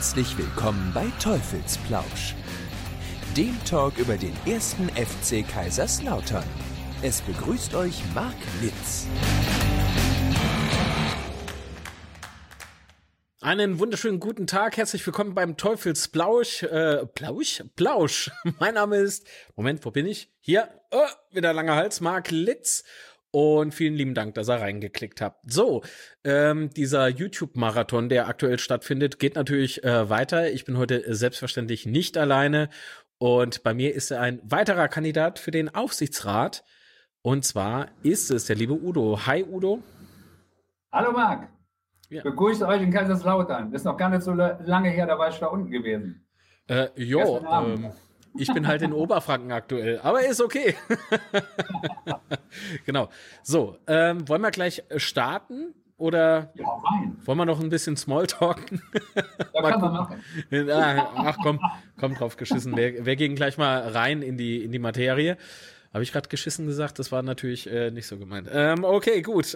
Herzlich willkommen bei Teufelsplausch, dem Talk über den ersten FC Kaiserslautern. Es begrüßt euch Marc Litz. Einen wunderschönen guten Tag, herzlich willkommen beim Teufelsplausch. Plausch. Mein Name ist, Moment, wo bin ich? Hier, wieder langer Hals, Marc Litz. Und vielen lieben Dank, dass ihr reingeklickt habt. So, dieser YouTube-Marathon, der aktuell stattfindet, geht natürlich weiter. Ich bin heute selbstverständlich nicht alleine. Und bei mir ist ein weiterer Kandidat für den Aufsichtsrat. Und zwar ist es der liebe Udo. Hi, Udo. Hallo, Marc. Ja. Begrüße euch in Kaiserslautern. Das ist noch gar nicht so lange her, da war ich da unten gewesen. Ich bin halt in Oberfranken aktuell, aber ist okay. Genau. So, wollen wir gleich starten oder Ja, rein. wollen wir noch ein bisschen Smalltalken? Da kann man machen. Ach komm drauf geschissen. Wir gehen gleich mal rein in die Materie. Habe ich gerade geschissen gesagt? Das war natürlich nicht so gemeint. Okay, gut.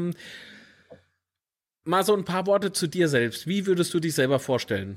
Mal so ein paar Worte zu dir selbst. Wie würdest du dich selber vorstellen?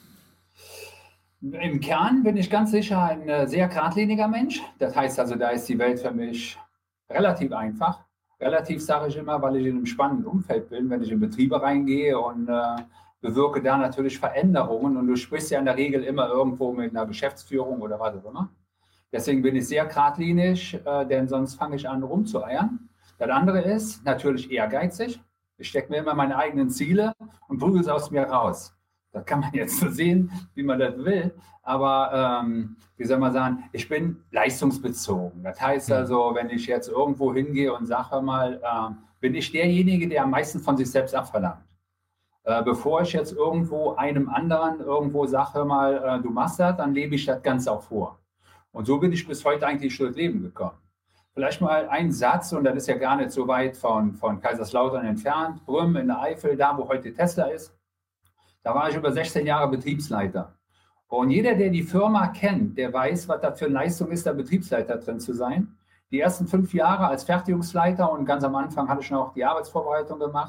Im Kern bin ich ganz sicher ein sehr geradliniger Mensch. Das heißt also, da ist die Welt für mich relativ einfach. Relativ sage ich immer, weil ich in einem spannenden Umfeld bin, wenn ich in Betriebe reingehe und bewirke da natürlich Veränderungen. Und du sprichst ja in der Regel immer irgendwo mit einer Geschäftsführung oder was auch immer. Deswegen bin ich sehr geradlinig, denn sonst fange ich an rumzueiern. Das andere ist natürlich ehrgeizig. Ich stecke mir immer meine eigenen Ziele und prügel es aus mir raus. Das kann man jetzt so sehen, wie man das will. Aber wie soll man sagen, ich bin leistungsbezogen. Das heißt also, wenn ich jetzt irgendwo hingehe und sage mal, bin ich derjenige, der am meisten von sich selbst abverlangt. Bevor ich jetzt irgendwo einem anderen sage mal, du machst das, dann lebe ich das Ganze auch vor. Und so bin ich bis heute eigentlich durchs Leben gekommen. Vielleicht mal ein Satz, und das ist ja gar nicht so weit von Kaiserslautern entfernt, Brünn in der Eifel, da wo heute Tesla ist. Da war ich über 16 Jahre Betriebsleiter. Und jeder, der die Firma kennt, der weiß, was das für eine Leistung ist, da Betriebsleiter drin zu sein. Die ersten 5 Jahre als Fertigungsleiter und ganz am Anfang hatte ich noch die Arbeitsvorbereitung gemacht,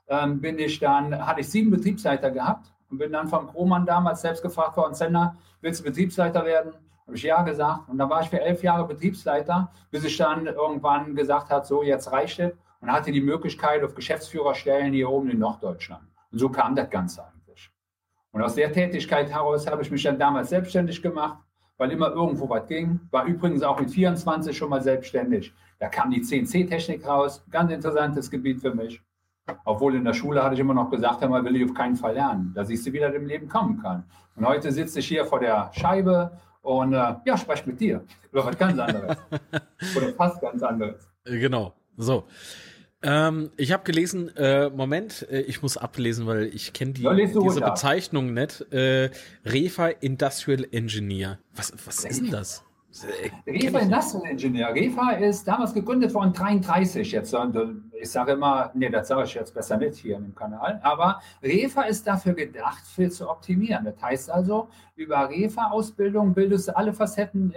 hatte ich 7 Betriebsleiter gehabt und bin dann vom Kromann damals selbst gefragt worden, Sender, willst du Betriebsleiter werden? Habe ich ja gesagt. Und dann war ich für 11 Jahre Betriebsleiter, bis ich dann irgendwann gesagt habe, so jetzt reicht es. Und hatte die Möglichkeit auf Geschäftsführerstellen hier oben in Norddeutschland. Und so kam das Ganze eigentlich. Und aus der Tätigkeit heraus habe ich mich dann damals selbstständig gemacht, weil immer irgendwo was ging. War übrigens auch mit 24 schon mal selbstständig. Da kam die CNC-Technik raus. Ganz interessantes Gebiet für mich. Obwohl in der Schule hatte ich immer noch gesagt, man will ich auf keinen Fall lernen. Da siehst du, wie das im Leben kommen kann. Und heute sitze ich hier vor der Scheibe und spreche mit dir über was ganz anderes. Oder fast ganz anderes. Genau, so. Ich habe gelesen, ich muss ablesen, weil ich kenne diese Bezeichnung nicht. Refa Industrial Engineer. Was ist denn das? Refa Industrial Engineer. Refa ist damals gegründet worden 1933. Jetzt, ich sage immer, nee, das sage ich jetzt besser nicht hier im Kanal, aber Refa ist dafür gedacht, viel zu optimieren. Das heißt also, über Refa-Ausbildung bildest du alle Facetten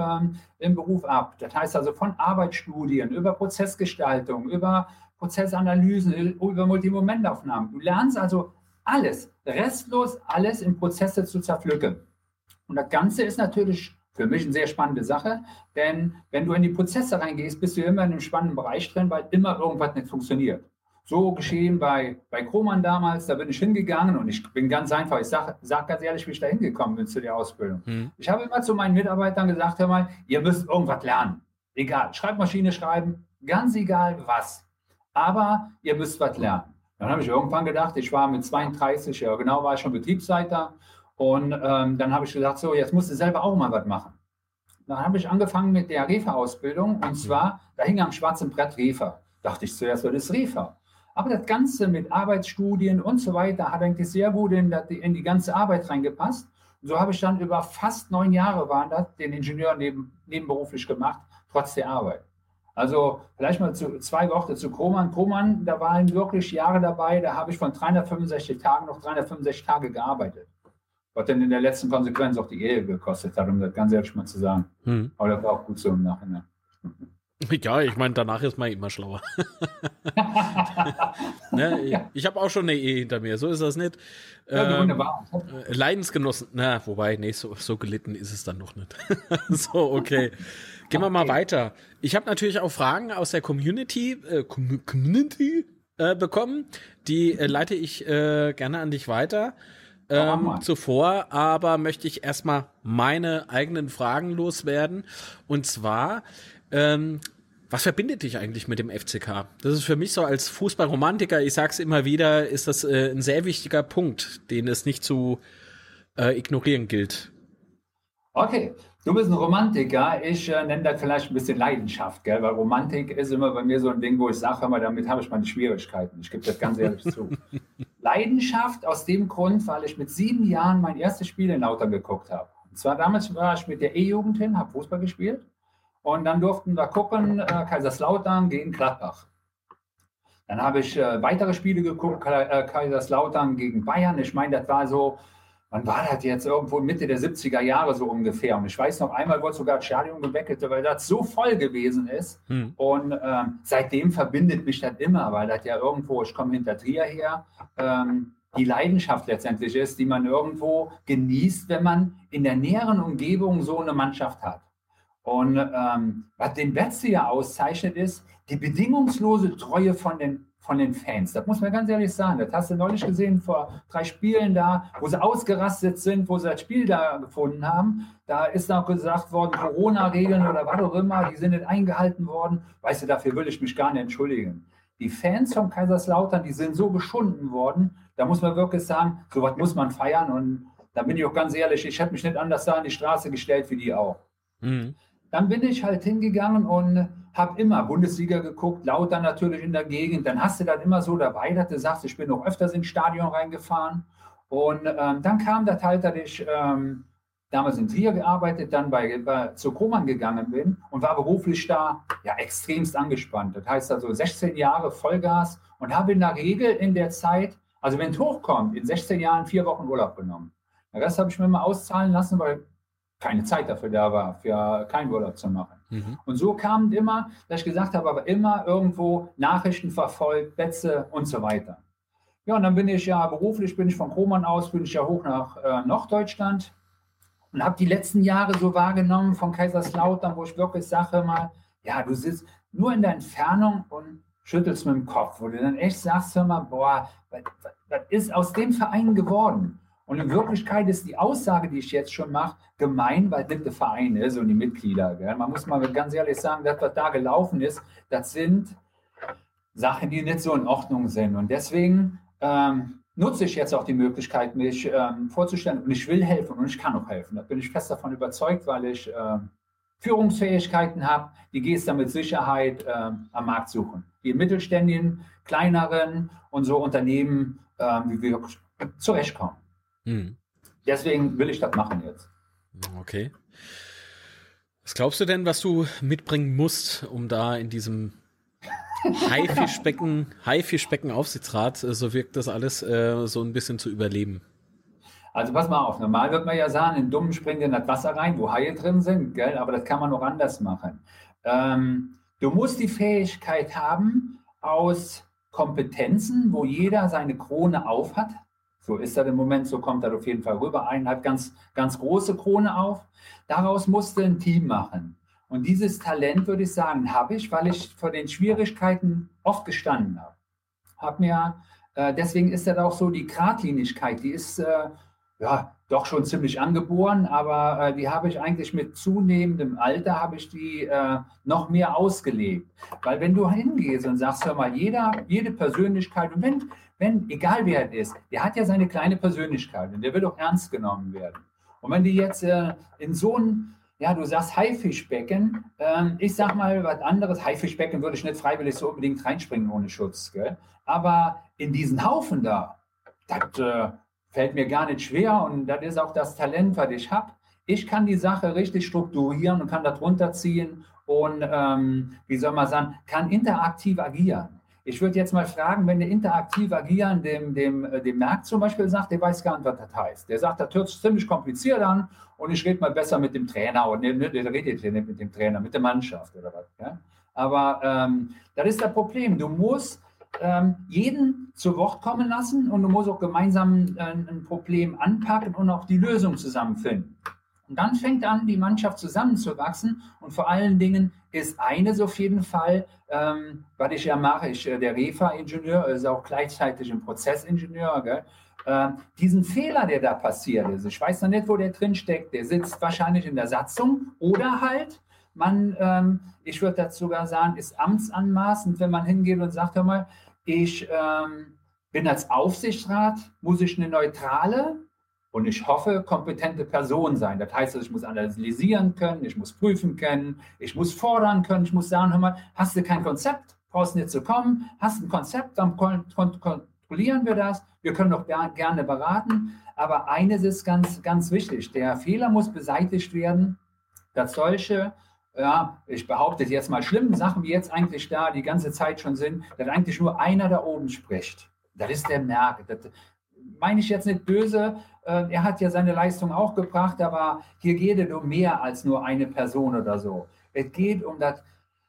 im Beruf ab. Das heißt also von Arbeitsstudien, über Prozessgestaltung, über Prozessanalysen, über Multimomentaufnahmen. Du lernst also alles, restlos alles in Prozesse zu zerpflücken. Und das Ganze ist natürlich für mich eine sehr spannende Sache, denn wenn du in die Prozesse reingehst, bist du immer in einem spannenden Bereich drin, weil immer irgendwas nicht funktioniert. So geschehen bei Kromann damals, da bin ich hingegangen und ich bin ganz einfach, ich sag ganz ehrlich, wie ich da hingekommen bin zu der Ausbildung. Ich habe immer zu meinen Mitarbeitern gesagt, hör mal, ihr müsst irgendwas lernen. Egal, Schreibmaschine schreiben, ganz egal was. Aber ihr müsst was lernen. Dann habe ich irgendwann gedacht, ich war mit 32, ja genau, war ich schon Betriebsleiter. Und dann habe ich gesagt, so, jetzt musst du selber auch mal was machen. Dann habe ich angefangen mit der Refa-Ausbildung. Und zwar, da hing am schwarzen Brett Refa. Dachte ich zuerst, was ist Refa? Aber das Ganze mit Arbeitsstudien und so weiter hat eigentlich sehr gut in die ganze Arbeit reingepasst. Und so habe ich dann über fast 9 Jahre den Ingenieur nebenberuflich gemacht, trotz der Arbeit. Also vielleicht mal 2 Worte zu Kromann. Kromann, da waren wirklich Jahre dabei, da habe ich von 365 Tagen noch 365 Tage gearbeitet. Was denn in der letzten Konsequenz auch die Ehe gekostet hat, um das ganz ehrlich mal zu sagen. Aber das war auch gut so im Nachhinein. Ja, ich meine, danach ist man immer schlauer. Ne, ich habe auch schon eine Ehe hinter mir, so ist das nicht. Ja, wunderbar. Leidensgenossen, wobei, nee, so gelitten ist es dann noch nicht. So, okay. Gehen wir mal weiter. Ich habe natürlich auch Fragen aus der Community bekommen. Die leite ich gerne an dich weiter. Zuvor aber möchte ich erstmal meine eigenen Fragen loswerden. Und zwar, was verbindet dich eigentlich mit dem FCK? Das ist für mich so als Fußballromantiker, ich sag's immer wieder, ist das ein sehr wichtiger Punkt, den es nicht zu ignorieren gilt. Okay, du bist ein Romantiker. Ich nenne das vielleicht ein bisschen Leidenschaft, gell? Weil Romantik ist immer bei mir so ein Ding, wo ich sage, hör mal, damit habe ich meine Schwierigkeiten. Ich gebe das ganz ehrlich zu. Leidenschaft aus dem Grund, weil ich mit 7 Jahren mein erstes Spiel in Lautern geguckt habe. Und zwar damals war ich mit der E-Jugend hin, habe Fußball gespielt. Und dann durften wir gucken, Kaiserslautern gegen Gladbach. Dann habe ich weitere Spiele geguckt, Kaiserslautern gegen Bayern. Ich meine, das war so, wann war das jetzt? Irgendwo Mitte der 70er Jahre so ungefähr. Und ich weiß noch, einmal wurde sogar das Stadion geweckelt, weil das so voll gewesen ist. Und seitdem verbindet mich das immer, weil das ja irgendwo, ich komme hinter Trier her, die Leidenschaft letztendlich ist, die man irgendwo genießt, wenn man in der näheren Umgebung so eine Mannschaft hat. Und was den Betze ja auszeichnet, ist die bedingungslose Treue von den Fans. Das muss man ganz ehrlich sagen. Das hast du neulich gesehen vor 3 Spielen da, wo sie ausgerastet sind, wo sie das Spiel da gefunden haben. Da ist auch gesagt worden, Corona-Regeln oder was auch immer, die sind nicht eingehalten worden. Weißt du, dafür will ich mich gar nicht entschuldigen. Die Fans von Kaiserslautern, die sind so geschunden worden. Da muss man wirklich sagen, sowas muss man feiern. Und da bin ich auch ganz ehrlich, ich habe mich nicht anders da an die Straße gestellt wie die auch. Dann bin ich halt hingegangen und habe immer Bundesliga geguckt, Lautern natürlich in der Gegend. Dann hast du das immer so dabei, dass du sagst, ich bin noch öfters ins Stadion reingefahren. Und dann kam das halt, dass ich damals in Trier gearbeitet, dann zu Kromann gegangen bin und war beruflich da ja extremst angespannt. Das heißt also 16 Jahre Vollgas und habe in der Regel in der Zeit, also wenn es hochkommt, in 16 Jahren 4 Wochen Urlaub genommen. Den Rest habe ich mir mal auszahlen lassen, weil keine Zeit dafür da war, für keinen Urlaub zu machen. Und so kam immer, dass ich gesagt habe, aber immer irgendwo Nachrichten verfolgt, Betze und so weiter. Ja, und dann bin ich ja beruflich, bin ich von Kromann aus, bin ich ja hoch nach Norddeutschland und habe die letzten Jahre so wahrgenommen von Kaiserslautern, wo ich wirklich sage mal, ja, du sitzt nur in der Entfernung und schüttelst mit dem Kopf, wo du dann echt sagst, hör mal, boah, was ist aus dem Verein geworden? Und in Wirklichkeit ist die Aussage, die ich jetzt schon mache, gemein, weil das der Verein ist und die Mitglieder. Gell? Man muss mal ganz ehrlich sagen, das, was da gelaufen ist, das sind Sachen, die nicht so in Ordnung sind. Und deswegen nutze ich jetzt auch die Möglichkeit, mich vorzustellen. Und ich will helfen und ich kann auch helfen. Da bin ich fest davon überzeugt, weil ich Führungsfähigkeiten habe. Die gehst du mit Sicherheit am Markt suchen. Die mittelständigen, kleineren und so Unternehmen, wie wir zurechtkommen. Deswegen will ich das machen jetzt. Okay. Was glaubst du denn, was du mitbringen musst, um da in diesem Haifischbecken Aufsichtsrat, so wirkt das alles, so ein bisschen zu überleben? Also pass mal auf, normal wird man ja sagen, in Dummen springt in das Wasser rein, wo Haie drin sind, gell? Aber das kann man noch anders machen. Du musst die Fähigkeit haben, aus Kompetenzen, wo jeder seine Krone auf hat. So ist das im Moment, so kommt das auf jeden Fall rüber. Einer hat ganz, ganz große Krone auf. Daraus musste ein Team machen. Und dieses Talent, würde ich sagen, habe ich, weil ich vor den Schwierigkeiten oft gestanden habe. Deswegen ist das auch so, die Geradlinigkeit, die ist doch schon ziemlich angeboren, aber die habe ich eigentlich mit zunehmendem Alter, habe ich die noch mehr ausgelebt. Weil wenn du hingehst und sagst, hör mal, jede Persönlichkeit, und wenn, egal wer es ist, der hat ja seine kleine Persönlichkeit und der will auch ernst genommen werden. Und wenn die jetzt in so ein, ja, du sagst Haifischbecken, ich sag mal was anderes, Haifischbecken würde ich nicht freiwillig so unbedingt reinspringen ohne Schutz, gell? Aber in diesen Haufen da, das fällt mir gar nicht schwer und das ist auch das Talent, was ich habe. Ich kann die Sache richtig strukturieren und kann das runterziehen und, wie soll man sagen, kann interaktiv agieren. Ich würde jetzt mal fragen, wenn der interaktiv agieren dem Markt zum Beispiel sagt, der weiß gar nicht, was das heißt. Der sagt, das hört sich ziemlich kompliziert an und ich rede mal besser mit dem Trainer und der redet hier nicht mit dem Trainer, mit der Mannschaft oder was. Ja? Aber das ist das Problem. Du musst jeden zu Wort kommen lassen und du musst auch gemeinsam ein Problem anpacken und auch die Lösung zusammenfinden. Und dann fängt an, die Mannschaft zusammenzuwachsen und vor allen Dingen ist eines auf jeden Fall, was ich ja mache, der REFA-Ingenieur, ist auch gleichzeitig ein Prozessingenieur, gell? Diesen Fehler, der da passiert ist, ich weiß noch nicht, wo der drin steckt, der sitzt wahrscheinlich in der Satzung oder halt, ich würde dazu sogar sagen, ist amtsanmaßend, wenn man hingeht und sagt, hör mal, ich bin als Aufsichtsrat, muss ich eine neutrale und ich hoffe, kompetente Person sein. Das heißt, ich muss analysieren können, ich muss prüfen können, ich muss fordern können, ich muss sagen, hör mal, hast du kein Konzept, brauchst nicht zu kommen, hast ein Konzept, dann kontrollieren wir das, wir können doch gerne beraten, aber eines ist ganz, ganz wichtig, der Fehler muss beseitigt werden, dass solche, ja, ich behaupte jetzt mal, schlimmen Sachen, wie jetzt eigentlich da die ganze Zeit schon sind, dass eigentlich nur einer da oben spricht. Das ist der Merk. Das meine ich jetzt nicht böse, er hat ja seine Leistung auch gebracht, aber hier geht es um mehr als nur eine Person oder so. Es geht um das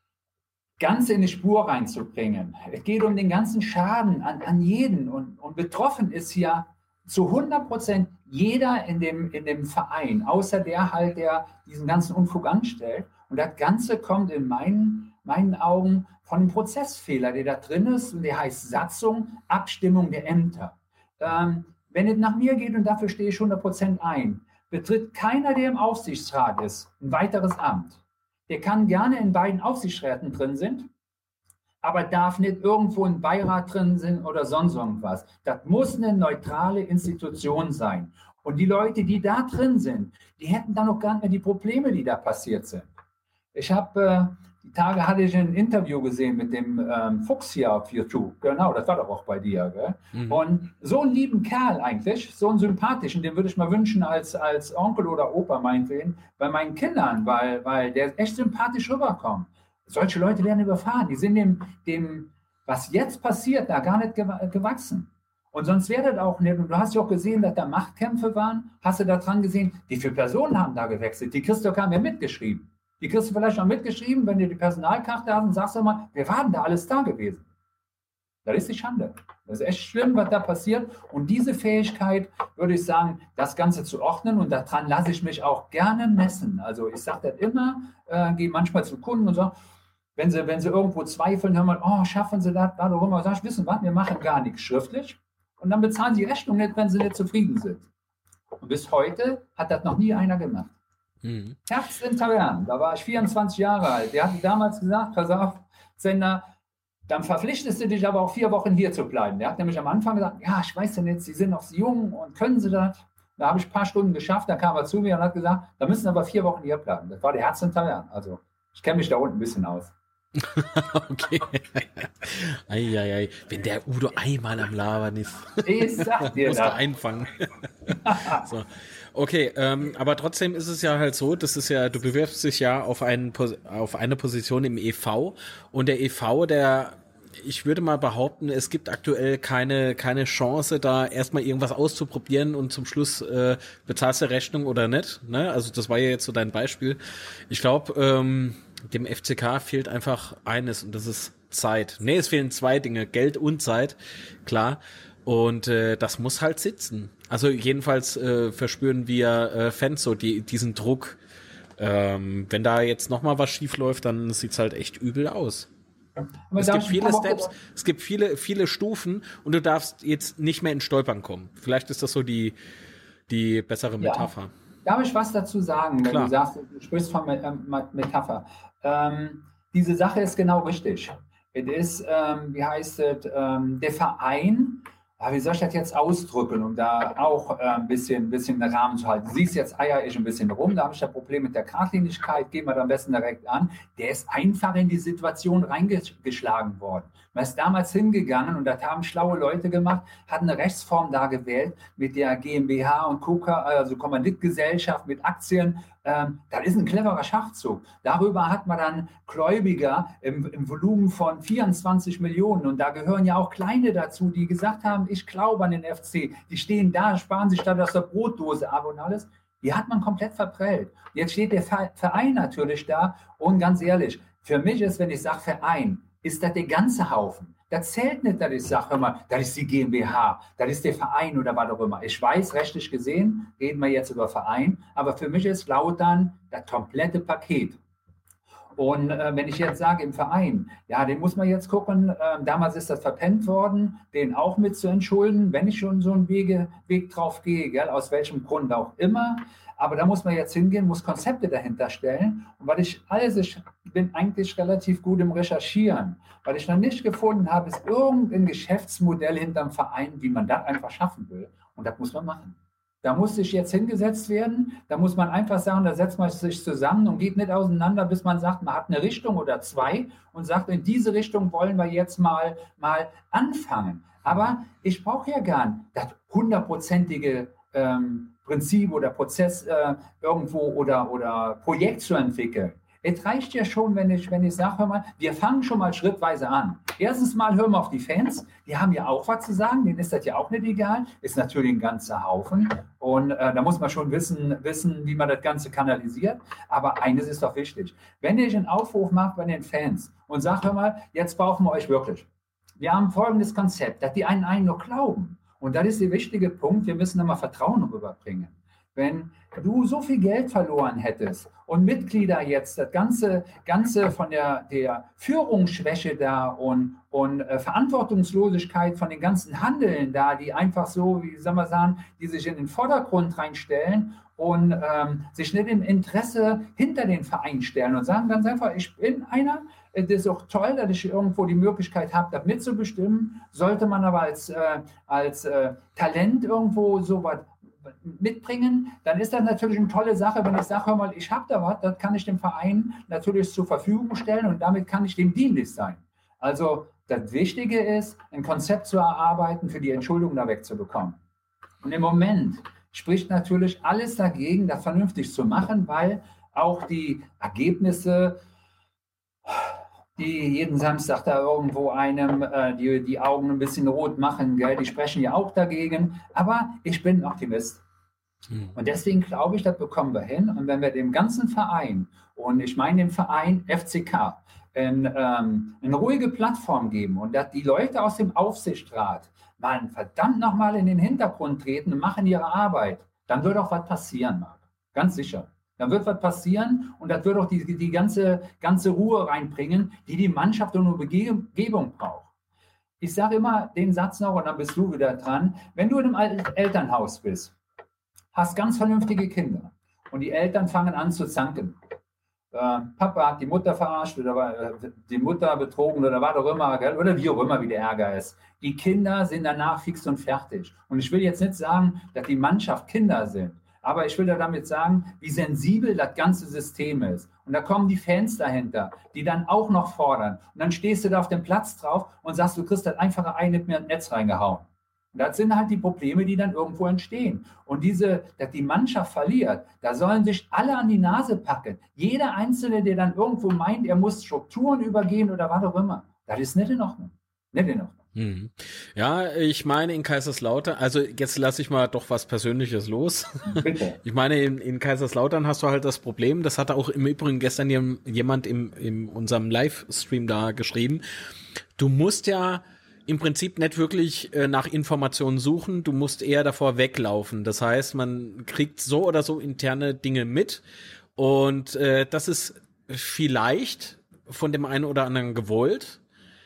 Ganze in die Spur reinzubringen. Es geht um den ganzen Schaden an jeden und betroffen ist hier zu 100% jeder in dem Verein, außer der halt, der diesen ganzen Unfug anstellt. Und das Ganze kommt in meinen Augen von einem Prozessfehler, der da drin ist und der heißt Satzung, Abstimmung der Ämter. Wenn es nach mir geht, und dafür stehe ich 100% ein, betritt keiner, der im Aufsichtsrat ist, ein weiteres Amt. Der kann gerne in beiden Aufsichtsräten drin sind, aber darf nicht irgendwo im Beirat drin sein oder sonst irgendwas. Das muss eine neutrale Institution sein. Und die Leute, die da drin sind, die hätten dann noch gar nicht mehr die Probleme, die da passiert sind. Ich habe, die Tage hatte ich ein Interview gesehen mit dem Fuchs hier auf YouTube. Genau, das war doch auch bei dir. Gell? Mhm. Und so einen lieben Kerl eigentlich, so einen sympathischen, den würde ich mal wünschen als Onkel oder Opa meinetwegen, bei meinen Kindern, weil der echt sympathisch rüberkommt. Solche Leute werden überfahren. Die sind dem, was jetzt passiert, da gar nicht gewachsen. Und sonst wäre das auch nicht. Und du hast ja auch gesehen, dass da Machtkämpfe waren. Hast du da dran gesehen, wie viele Personen haben da gewechselt? Die kriegst du gar nicht mitgeschrieben. Die kriegst du vielleicht noch mitgeschrieben, wenn du die Personalkarte hast und sagst du mal, wir waren da alles da gewesen. Das ist die Schande. Das ist echt schlimm, was da passiert. Und diese Fähigkeit, würde ich sagen, das Ganze zu ordnen, und daran lasse ich mich auch gerne messen. Also ich sage das immer, gehe manchmal zu Kunden und sage, wenn sie irgendwo zweifeln, hören mal, oh, schaffen sie das, da immer, sag ich, wissen was, wir machen gar nichts schriftlich. Und dann bezahlen sie die Rechnung nicht, wenn sie nicht zufrieden sind. Und bis heute hat das noch nie einer gemacht. Mhm. Herz in Tavern, da war ich 24 Jahre alt. Der hatte damals gesagt, pass auf, Sender, dann verpflichtest du dich aber auch 4 Wochen hier zu bleiben. Der hat nämlich am Anfang gesagt, ja, ich weiß denn jetzt, Sie sind noch so jung und können Sie das? Da habe ich ein paar Stunden geschafft, da kam er zu mir und hat gesagt, da müssen aber 4 Wochen hier bleiben. Das war der Herz in Tavern. Also ich kenne mich da unten ein bisschen aus. Okay. Eieiei. Wenn der Udo einmal am Labern ist, ich sag dir musst du einfangen. So. Okay, aber trotzdem ist es ja halt so, das ist ja, du bewirbst dich ja auf eine Position im EV, und der EV, ich würde mal behaupten, es gibt aktuell keine Chance, da erstmal irgendwas auszuprobieren und zum Schluss bezahlst du Rechnung oder nicht. Ne? Also das war ja jetzt so dein Beispiel. Ich glaube, dem FCK fehlt einfach eines, und das ist Zeit. Nee, es fehlen 2 Dinge, Geld und Zeit, klar. Und das muss halt sitzen. Also jedenfalls verspüren wir Fans so diesen Druck. Wenn da jetzt nochmal was schief läuft, dann sieht's halt echt übel aus. Aber es gibt viele Steps, es gibt viele Stufen, und du darfst jetzt nicht mehr in Stolpern kommen. Vielleicht ist das so die bessere Metapher. Ja. Darf ich was dazu sagen, wenn du sagst, du sprichst von Metapher? Diese Sache ist genau richtig. Es ist, der Verein, wie soll ich das jetzt ausdrücken, um da auch ein bisschen einen Rahmen zu halten? Du siehst, jetzt eier ich ein bisschen rum, da habe ich das Problem mit der Gradlinigkeit, gehen wir da am besten direkt an. Der ist einfach in die Situation reingeschlagen worden. Man ist damals hingegangen, und das haben schlaue Leute gemacht, hat eine Rechtsform da gewählt mit der GmbH und KUKA, also Kommanditgesellschaft mit Aktien. Das ist ein cleverer Schachzug. Darüber hat man dann Gläubiger im Volumen von 24 Millionen. Und da gehören ja auch Kleine dazu, die gesagt haben, ich glaube an den FC. Die stehen da, sparen sich statt aus der Brotdose ab und alles. Die hat man komplett verprellt. Jetzt steht der Verein natürlich da, und ganz ehrlich, Für mich ist, wenn ich sage Verein, ist das der ganze Haufen. Das zählt nicht, dass ich sage, hör mal, das ist die GmbH, das ist der Verein oder was auch immer. Ich weiß, rechtlich gesehen, reden wir jetzt über Verein, aber für mich ist Lautern das komplette Paket. Und wenn ich jetzt sage im Verein, ja, den muss man jetzt gucken, damals ist das verpennt worden, den auch mit zu entschulden, wenn ich schon so einen Weg drauf gehe, gell, aus welchem Grund auch immer. Aber da muss man jetzt hingehen, muss Konzepte dahinter stellen. Und ich bin eigentlich relativ gut im Recherchieren. Was ich noch nicht gefunden habe, ist irgendein Geschäftsmodell hinterm Verein, wie man das einfach schaffen will. Und das muss man machen. Da muss sich jetzt hingesetzt werden, da muss man einfach sagen, da setzt man sich zusammen und geht nicht auseinander, bis man sagt, man hat eine Richtung oder zwei und sagt, in diese Richtung wollen wir jetzt mal anfangen. Aber ich brauche ja gar nicht das 100%ige Prinzip oder Prozess irgendwo oder Projekt zu entwickeln. Es reicht ja schon, wenn ich sage, hör mal, wir fangen schon mal schrittweise an. Erstens mal hören wir auf die Fans, die haben ja auch was zu sagen, denen ist das ja auch nicht egal, ist natürlich ein ganzer Haufen und da muss man schon wissen, wie man das Ganze kanalisiert, aber eines ist doch wichtig, wenn ich einen Aufruf mache bei den Fans und sage, hör mal, jetzt brauchen wir euch wirklich. Wir haben folgendes Konzept, dass die einen nur glauben und das ist der wichtige Punkt, wir müssen immer Vertrauen rüberbringen. Wenn du so viel Geld verloren hättest und Mitglieder jetzt das Ganze von der Führungsschwäche da und Verantwortungslosigkeit von den ganzen Handeln da, die einfach so, wie soll man sagen, die sich in den Vordergrund reinstellen und sich nicht im Interesse hinter den Verein stellen und sagen ganz einfach, ich bin einer, das ist auch toll, dass ich irgendwo die Möglichkeit habe, das mitzubestimmen, sollte man aber als Talent irgendwo sowas mitbringen, dann ist das natürlich eine tolle Sache, wenn ich sage, hör mal, ich habe da was, das kann ich dem Verein natürlich zur Verfügung stellen und damit kann ich dem dienlich sein. Also das Wichtige ist, ein Konzept zu erarbeiten, für die Entschuldung da wegzubekommen. Und im Moment spricht natürlich alles dagegen, das vernünftig zu machen, weil auch die Ergebnisse, die jeden Samstag da irgendwo einem die Augen ein bisschen rot machen, gell? Die sprechen ja auch dagegen. Aber ich bin ein Optimist. Und deswegen glaube ich, das bekommen wir hin. Und wenn wir dem ganzen Verein, und ich meine den Verein FCK, eine ruhige Plattform geben und dass die Leute aus dem Aufsichtsrat mal verdammt nochmal in den Hintergrund treten und machen ihre Arbeit, dann wird auch was passieren, Marc. Ganz sicher. Dann wird was passieren und das wird auch die ganze Ruhe reinbringen, die Mannschaft und eine Umgebung braucht. Ich sage immer den Satz noch und dann bist du wieder dran. Wenn du in einem Elternhaus bist, hast ganz vernünftige Kinder und die Eltern fangen an zu zanken. Papa hat die Mutter verarscht oder die Mutter betrogen oder was auch immer, gell? Oder wie auch immer, wie der Ärger ist. Die Kinder sind danach fix und fertig. Und ich will jetzt nicht sagen, dass die Mannschaft Kinder sind. Aber ich will damit sagen, wie sensibel das ganze System ist. Und da kommen die Fans dahinter, die dann auch noch fordern. Und dann stehst du da auf dem Platz drauf und sagst, du kriegst das einfache Ei nicht mehr ins Netz reingehauen. Und das sind halt die Probleme, die dann irgendwo entstehen. Und dass die Mannschaft verliert, da sollen sich alle an die Nase packen. Jeder Einzelne, der dann irgendwo meint, er muss Strukturen übergehen oder was auch immer, das ist nicht in Ordnung. Nicht in Ordnung. Ja, ich meine in Kaiserslautern, also jetzt lasse ich mal doch was Persönliches los. Bitte. Ich meine, in Kaiserslautern hast du halt das Problem, das hatte auch im Übrigen gestern jemand in unserem Livestream da geschrieben, du musst ja im Prinzip nicht wirklich nach Informationen suchen, du musst eher davor weglaufen. Das heißt, man kriegt so oder so interne Dinge mit und das ist vielleicht von dem einen oder anderen gewollt.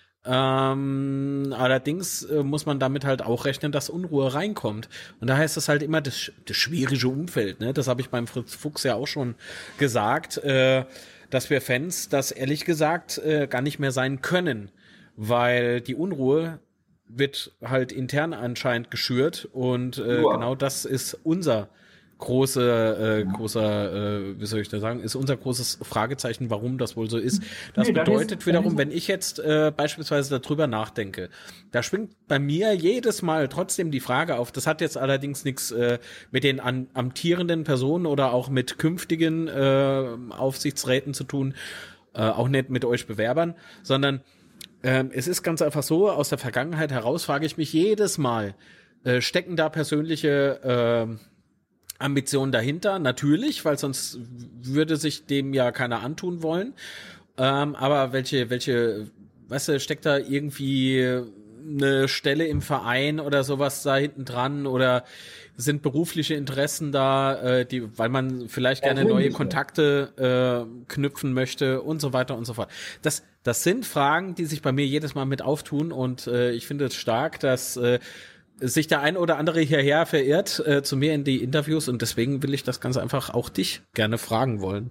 Allerdings muss man damit halt auch rechnen, dass Unruhe reinkommt. Und da heißt es halt immer das schwierige Umfeld, ne? Das habe ich beim Fritz Fuchs ja auch schon gesagt, dass wir Fans das ehrlich gesagt gar nicht mehr sein können, weil die Unruhe wird halt intern anscheinend geschürt und genau das ist unser wie soll ich da sagen, ist unser großes Fragezeichen, warum das wohl so ist. Das bedeutet wiederum, wenn ich jetzt beispielsweise darüber nachdenke, da schwingt bei mir jedes Mal trotzdem die Frage auf, das hat jetzt allerdings nichts mit den amtierenden Personen oder auch mit künftigen Aufsichtsräten zu tun, auch nicht mit euch Bewerbern, sondern es ist ganz einfach so, aus der Vergangenheit heraus frage ich mich jedes Mal, stecken da persönliche Ambitionen dahinter? Natürlich, weil sonst würde sich dem ja keiner antun wollen. Aber weißt du, steckt da irgendwie eine Stelle im Verein oder sowas da hinten dran oder sind berufliche Interessen da, weil man vielleicht gerne neue Kontakte knüpfen möchte und so weiter und so fort. Das sind Fragen, die sich bei mir jedes Mal mit auftun und ich finde es stark, dass sich der ein oder andere hierher verirrt zu mir in die Interviews und deswegen will ich das ganz einfach auch dich gerne fragen wollen.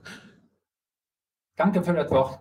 Danke für das Wort.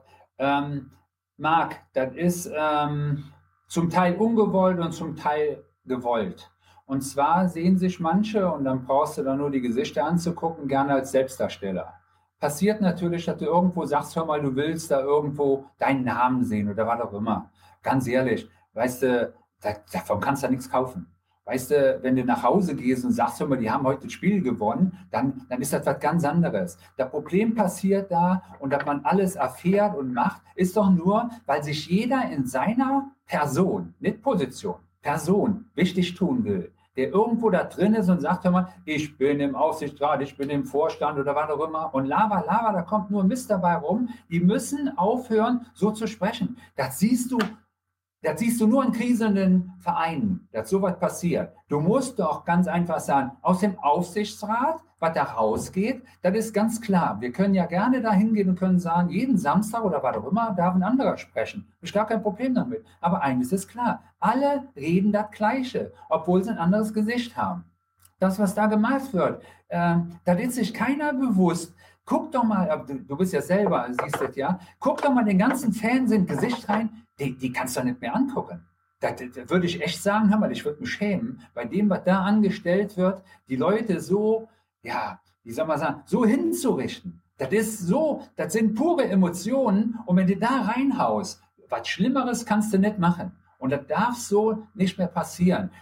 Marc, das ist zum Teil ungewollt und zum Teil gewollt. Und zwar sehen sich manche, und dann brauchst du dann nur die Gesichter anzugucken, gerne als Selbstdarsteller. Passiert natürlich, dass du irgendwo sagst, hör mal, du willst da irgendwo deinen Namen sehen oder was auch immer. Ganz ehrlich, weißt du, davon kannst du ja nichts kaufen. Weißt du, wenn du nach Hause gehst und sagst, hör mal, die haben heute das Spiel gewonnen, dann ist das was ganz anderes. Das Problem passiert da und dass man alles erfährt und macht, ist doch nur, weil sich jeder in seiner Person, nicht Position, Person wichtig tun will, der irgendwo da drin ist und sagt, hör mal, ich bin im Aufsichtsrat, ich bin im Vorstand oder was auch immer und Lava, da kommt nur Mist dabei rum. Die müssen aufhören, so zu sprechen. Das siehst du nur in kriselnden Vereinen, dass sowas passiert. Du musst doch ganz einfach sagen, aus dem Aufsichtsrat, was da rausgeht, das ist ganz klar. Wir können ja gerne da hingehen und können sagen, jeden Samstag oder was auch immer darf ein anderer sprechen. Ich habe gar kein Problem damit. Aber eines ist klar, alle reden das Gleiche, obwohl sie ein anderes Gesicht haben. Das, was da gemacht wird, da ist sich keiner bewusst. Guck doch mal, du bist ja selber, siehst das ja, guck doch mal den ganzen Fernsehen Gesicht rein, die kannst du nicht mehr angucken. Da würde ich echt sagen, hör mal, ich würde mich schämen, bei dem, was da angestellt wird, die Leute so, ja, wie soll man sagen, so hinzurichten. Das sind pure Emotionen und wenn du da reinhaust, was Schlimmeres kannst du nicht machen. Und das darf so nicht mehr passieren.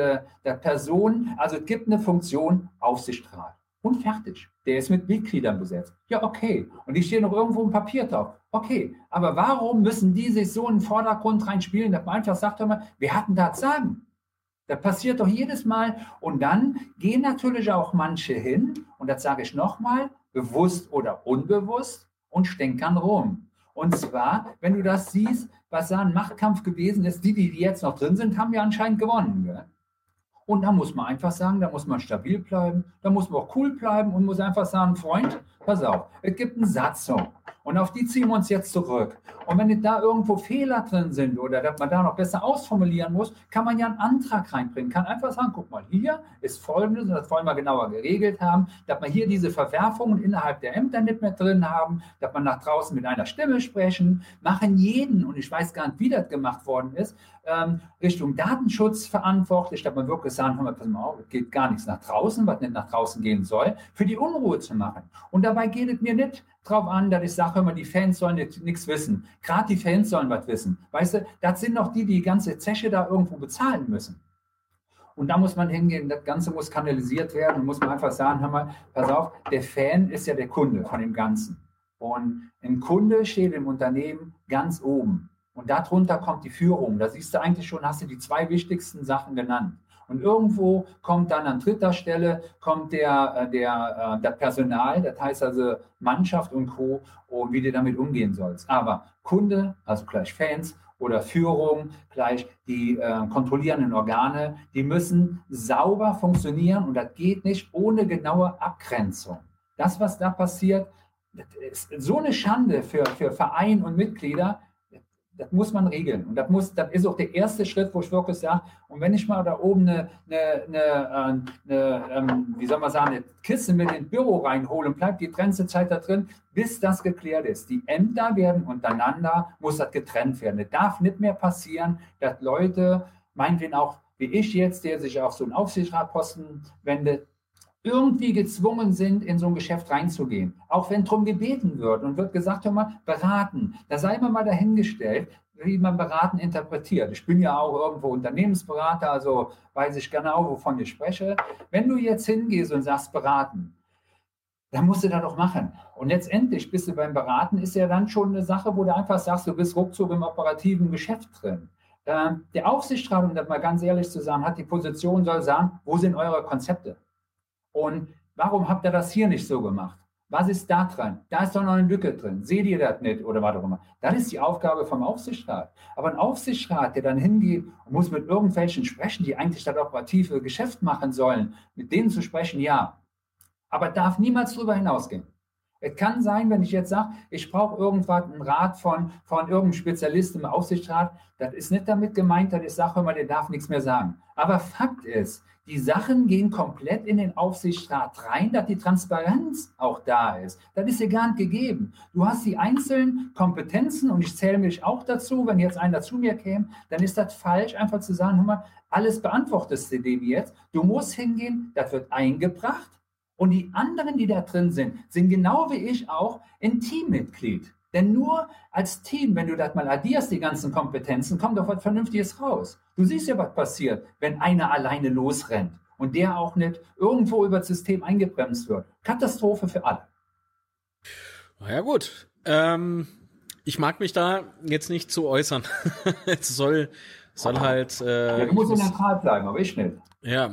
Also es gibt eine Funktion Aufsichtsrat. Und fertig. Der ist mit Mitgliedern besetzt. Ja, okay. Und die stehen noch irgendwo im Papier drauf. Okay. Aber warum müssen die sich so in den Vordergrund reinspielen, dass man einfach sagt, hör mal, wir hatten das sagen. Das passiert doch jedes Mal. Und dann gehen natürlich auch manche hin, und das sage ich nochmal, bewusst oder unbewusst, und stänkern rum. Und zwar, wenn du das siehst, was da ein Machtkampf gewesen ist, die jetzt noch drin sind, haben ja anscheinend gewonnen. Gell? Und da muss man einfach sagen, da muss man stabil bleiben, da muss man auch cool bleiben und muss einfach sagen, Freund, pass auf, es gibt eine Satzung und auf die ziehen wir uns jetzt zurück. Und wenn da irgendwo Fehler drin sind oder dass man da noch besser ausformulieren muss, kann man ja einen Antrag reinbringen, kann einfach sagen, guck mal, hier ist Folgendes und das wollen wir genauer geregelt haben, dass wir hier diese Verwerfungen innerhalb der Ämter nicht mehr drin haben, dass man nach draußen mit einer Stimme sprechen, machen jeden, und ich weiß gar nicht, wie das gemacht worden ist, Richtung Datenschutz verantwortlich, dass man wirklich sagen, pass mal auf, es geht gar nichts nach draußen, was nicht nach draußen gehen soll, für die Unruhe zu machen. Und dabei geht es mir nicht drauf an, dass ich sage, die Fans sollen jetzt nichts wissen. Gerade die Fans sollen was wissen. Weißt du, das sind doch die ganze Zeche da irgendwo bezahlen müssen. Und da muss man hingehen, das Ganze muss kanalisiert werden und muss man einfach sagen, hör mal, pass auf, der Fan ist ja der Kunde von dem Ganzen. Und ein Kunde steht im Unternehmen ganz oben. Und darunter kommt die Führung. Da siehst du eigentlich schon, hast du die zwei wichtigsten Sachen genannt. Und irgendwo kommt dann an dritter Stelle kommt das Personal, das heißt also Mannschaft und Co. und wie du damit umgehen sollst. Aber Kunde, also gleich Fans oder Führung, gleich die kontrollierenden Organe, die müssen sauber funktionieren und das geht nicht ohne genaue Abgrenzung. Das, was da passiert, das ist so eine Schande für Verein und Mitglieder. Das muss man regeln. Und das ist auch der erste Schritt, wo ich wirklich sage, und wenn ich mal da oben eine Kiste mit ins Büro reinhole und bleibt die ganze Zeit da drin, bis das geklärt ist. Die Ämter werden untereinander, muss das getrennt werden. Es darf nicht mehr passieren, dass Leute, meinetwegen auch wie ich jetzt, der sich auf so einen Aufsichtsratposten wendet, irgendwie gezwungen sind, in so ein Geschäft reinzugehen. Auch wenn darum gebeten wird und wird gesagt, hör mal, beraten. Da sei immer mal dahingestellt, wie man beraten interpretiert. Ich bin ja auch irgendwo Unternehmensberater, also weiß ich genau, wovon ich spreche. Wenn du jetzt hingehst und sagst beraten, dann musst du das doch machen. Und letztendlich bist du beim Beraten, ist ja dann schon eine Sache, wo du einfach sagst, du bist ruckzuck im operativen Geschäft drin. Der Aufsichtsrat, um das mal ganz ehrlich zu sagen, hat die Position, soll sagen, wo sind eure Konzepte? Und warum habt ihr das hier nicht so gemacht? Was ist da dran? Da ist doch noch eine Lücke drin. Seht ihr das nicht oder was auch immer? Das ist die Aufgabe vom Aufsichtsrat. Aber ein Aufsichtsrat, der dann hingeht und muss mit irgendwelchen sprechen, die eigentlich das operative Geschäft machen sollen, mit denen zu sprechen, ja. Aber darf niemals darüber hinausgehen. Es kann sein, wenn ich jetzt sage, ich brauche irgendwas, einen Rat von irgendeinem Spezialisten im Aufsichtsrat, das ist nicht damit gemeint, dass ich sage, hör mal, der darf nichts mehr sagen. Aber Fakt ist, die Sachen gehen komplett in den Aufsichtsrat rein, dass die Transparenz auch da ist. Das ist dir gar nicht gegeben. Du hast die einzelnen Kompetenzen und ich zähle mich auch dazu, wenn jetzt einer zu mir käme, dann ist das falsch, einfach zu sagen, hör mal, alles beantwortest du dem jetzt. Du musst hingehen, das wird eingebracht. Und die anderen, die da drin sind genau wie ich auch ein Teammitglied. Denn nur als Team, wenn du das mal addierst, die ganzen Kompetenzen, kommt doch was Vernünftiges raus. Du siehst ja, was passiert, wenn einer alleine losrennt und der auch nicht irgendwo über das System eingebremst wird. Katastrophe für alle. Na ja, gut. Ich mag mich da jetzt nicht zu äußern. Es soll halt. Ja, du musst neutral bleiben, aber ich nicht. Ja,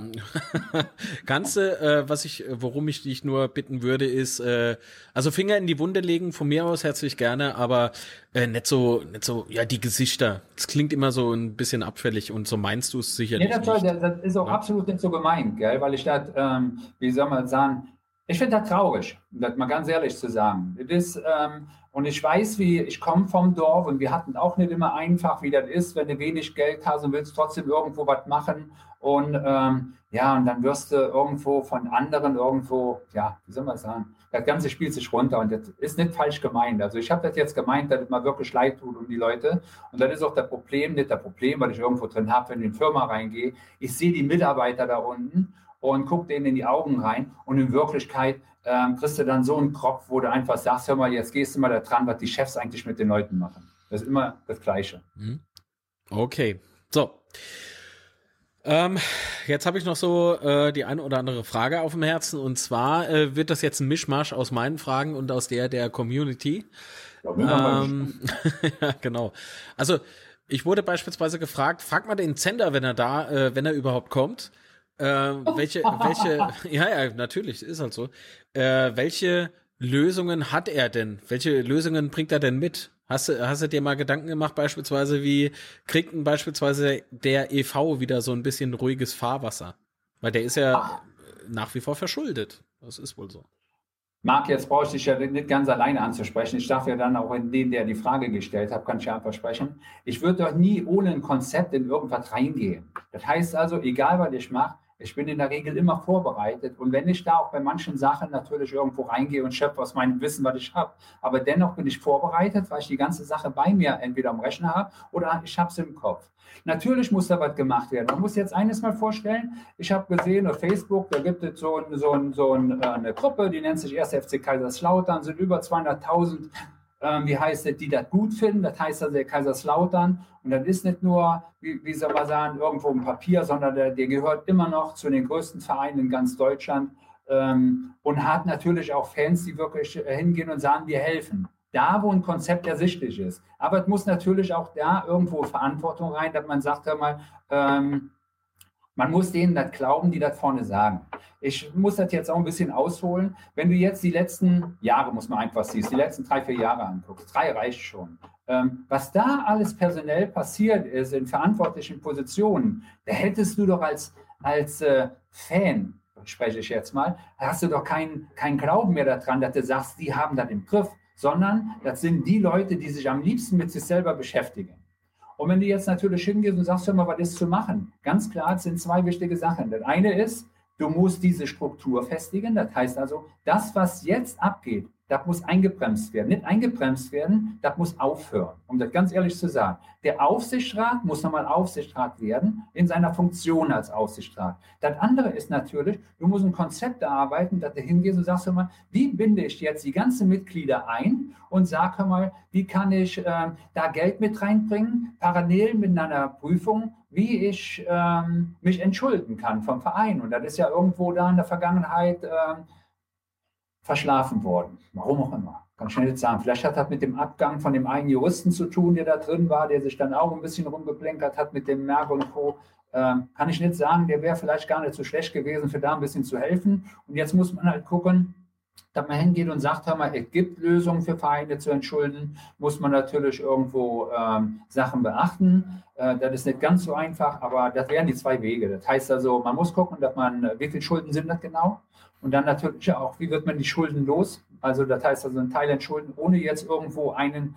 Ganze, worum ich dich nur bitten würde, ist, also Finger in die Wunde legen, von mir aus herzlich gerne, aber nicht so, ja, die Gesichter. Das klingt immer so ein bisschen abfällig und so meinst du es sicherlich nicht. Das ist auch absolut nicht so gemeint, gell? Weil ich das, wie soll man sagen, ich finde das traurig, das mal ganz ehrlich zu sagen. Das ist, und ich weiß, ich komme vom Dorf und wir hatten auch nicht immer einfach, wie das ist, wenn du wenig Geld hast und willst trotzdem irgendwo was machen. Und ja, und dann wirst du irgendwo von anderen irgendwo, ja, wie soll man sagen, das Ganze spielt sich runter und das ist nicht falsch gemeint. Also ich habe das jetzt gemeint, dass es mal wirklich leid tut um die Leute. Und das ist auch das Problem, nicht das Problem, weil ich irgendwo drin habe, wenn ich in die Firma reingehe. Ich sehe die Mitarbeiter da unten und gucke denen in die Augen rein und in Wirklichkeit kriegst du dann so einen Kopf, wo du einfach sagst, hör mal, jetzt gehst du mal da dran, was die Chefs eigentlich mit den Leuten machen. Das ist immer das Gleiche. Okay, so. Jetzt habe ich noch so die eine oder andere Frage auf dem Herzen und zwar wird das jetzt ein Mischmasch aus meinen Fragen und aus der Community. Ja, genau. Also ich wurde beispielsweise gefragt, frag mal den Zender, wenn er überhaupt kommt. Welche, ja, natürlich, ist halt so. Welche Lösungen hat er denn? Welche Lösungen bringt er denn mit? Hast du dir mal Gedanken gemacht, beispielsweise, wie kriegt denn beispielsweise der e.V. wieder so ein bisschen ruhiges Fahrwasser? Weil der ist ja nach wie vor verschuldet. Das ist wohl so. Marc, jetzt brauche ich dich ja nicht ganz alleine anzusprechen. Ich darf ja dann auch in den, der die Frage gestellt hat, kann ich ja versprechen. Ich würde doch nie ohne ein Konzept in irgendwas reingehen. Das heißt also, egal was ich mache, ich bin in der Regel immer vorbereitet. Und wenn ich da auch bei manchen Sachen natürlich irgendwo reingehe und schöpfe aus meinem Wissen, was ich habe, aber dennoch bin ich vorbereitet, weil ich die ganze Sache bei mir entweder am Rechner habe oder ich habe es im Kopf. Natürlich muss da was gemacht werden. Man muss jetzt eines mal vorstellen, ich habe gesehen auf Facebook, da gibt es eine Gruppe, die nennt sich 1. FC Kaiserslautern, sind über 200.000 die das gut finden, das heißt also der Kaiserslautern und das ist nicht nur, wie soll man sagen, irgendwo ein Papier, sondern der gehört immer noch zu den größten Vereinen in ganz Deutschland und hat natürlich auch Fans, die wirklich hingehen und sagen, wir helfen. Da, wo ein Konzept ersichtlich ist. Aber es muss natürlich auch da irgendwo Verantwortung rein, dass man sagt, hör mal, man muss denen das glauben, die das vorne sagen. Ich muss das jetzt auch ein bisschen ausholen. Wenn du jetzt die letzten Jahre, muss man einfach sehen, die letzten 3-4 Jahre anguckst, 3 reicht schon. Was da alles personell passiert ist in verantwortlichen Positionen, da hättest du doch als Fan, spreche ich jetzt mal, hast du doch keinen Glauben mehr daran, dass du sagst, die haben das im Griff, sondern das sind die Leute, die sich am liebsten mit sich selber beschäftigen. Und wenn du jetzt natürlich hingehst und sagst, hör mal, was ist zu machen? Ganz klar, es sind 2 wichtige Sachen. Das eine ist, du musst diese Struktur festigen. Das heißt also, das, was jetzt abgeht, das muss eingebremst werden. Nicht eingebremst werden, das muss aufhören. Um das ganz ehrlich zu sagen. Der Aufsichtsrat muss nochmal Aufsichtsrat werden in seiner Funktion als Aufsichtsrat. Das andere ist natürlich, du musst ein Konzept erarbeiten, dass du hingehst und sagst, hör mal, wie binde ich jetzt die ganzen Mitglieder ein und sag, hör mal, wie kann ich da Geld mit reinbringen, parallel mit einer Prüfung, wie ich mich entschulden kann vom Verein. Und das ist ja irgendwo da in der Vergangenheit verschlafen worden. Warum auch immer. Kann ich nicht sagen. Vielleicht hat das mit dem Abgang von dem einen Juristen zu tun, der da drin war, der sich dann auch ein bisschen rumgeplänkert hat mit dem Merck und Co. Kann ich nicht sagen, der wäre vielleicht gar nicht so schlecht gewesen, für da ein bisschen zu helfen. Und jetzt muss man halt gucken, dass man hingeht und sagt, hör mal, es gibt Lösungen für Vereine zu entschulden, muss man natürlich irgendwo Sachen beachten. Das ist nicht ganz so einfach, aber das wären die zwei Wege. Das heißt also, man muss gucken, dass man, wie viele Schulden sind das genau? Und dann natürlich auch, wie wird man die Schulden los? Also das heißt also, einen Teil entschulden, ohne jetzt irgendwo einen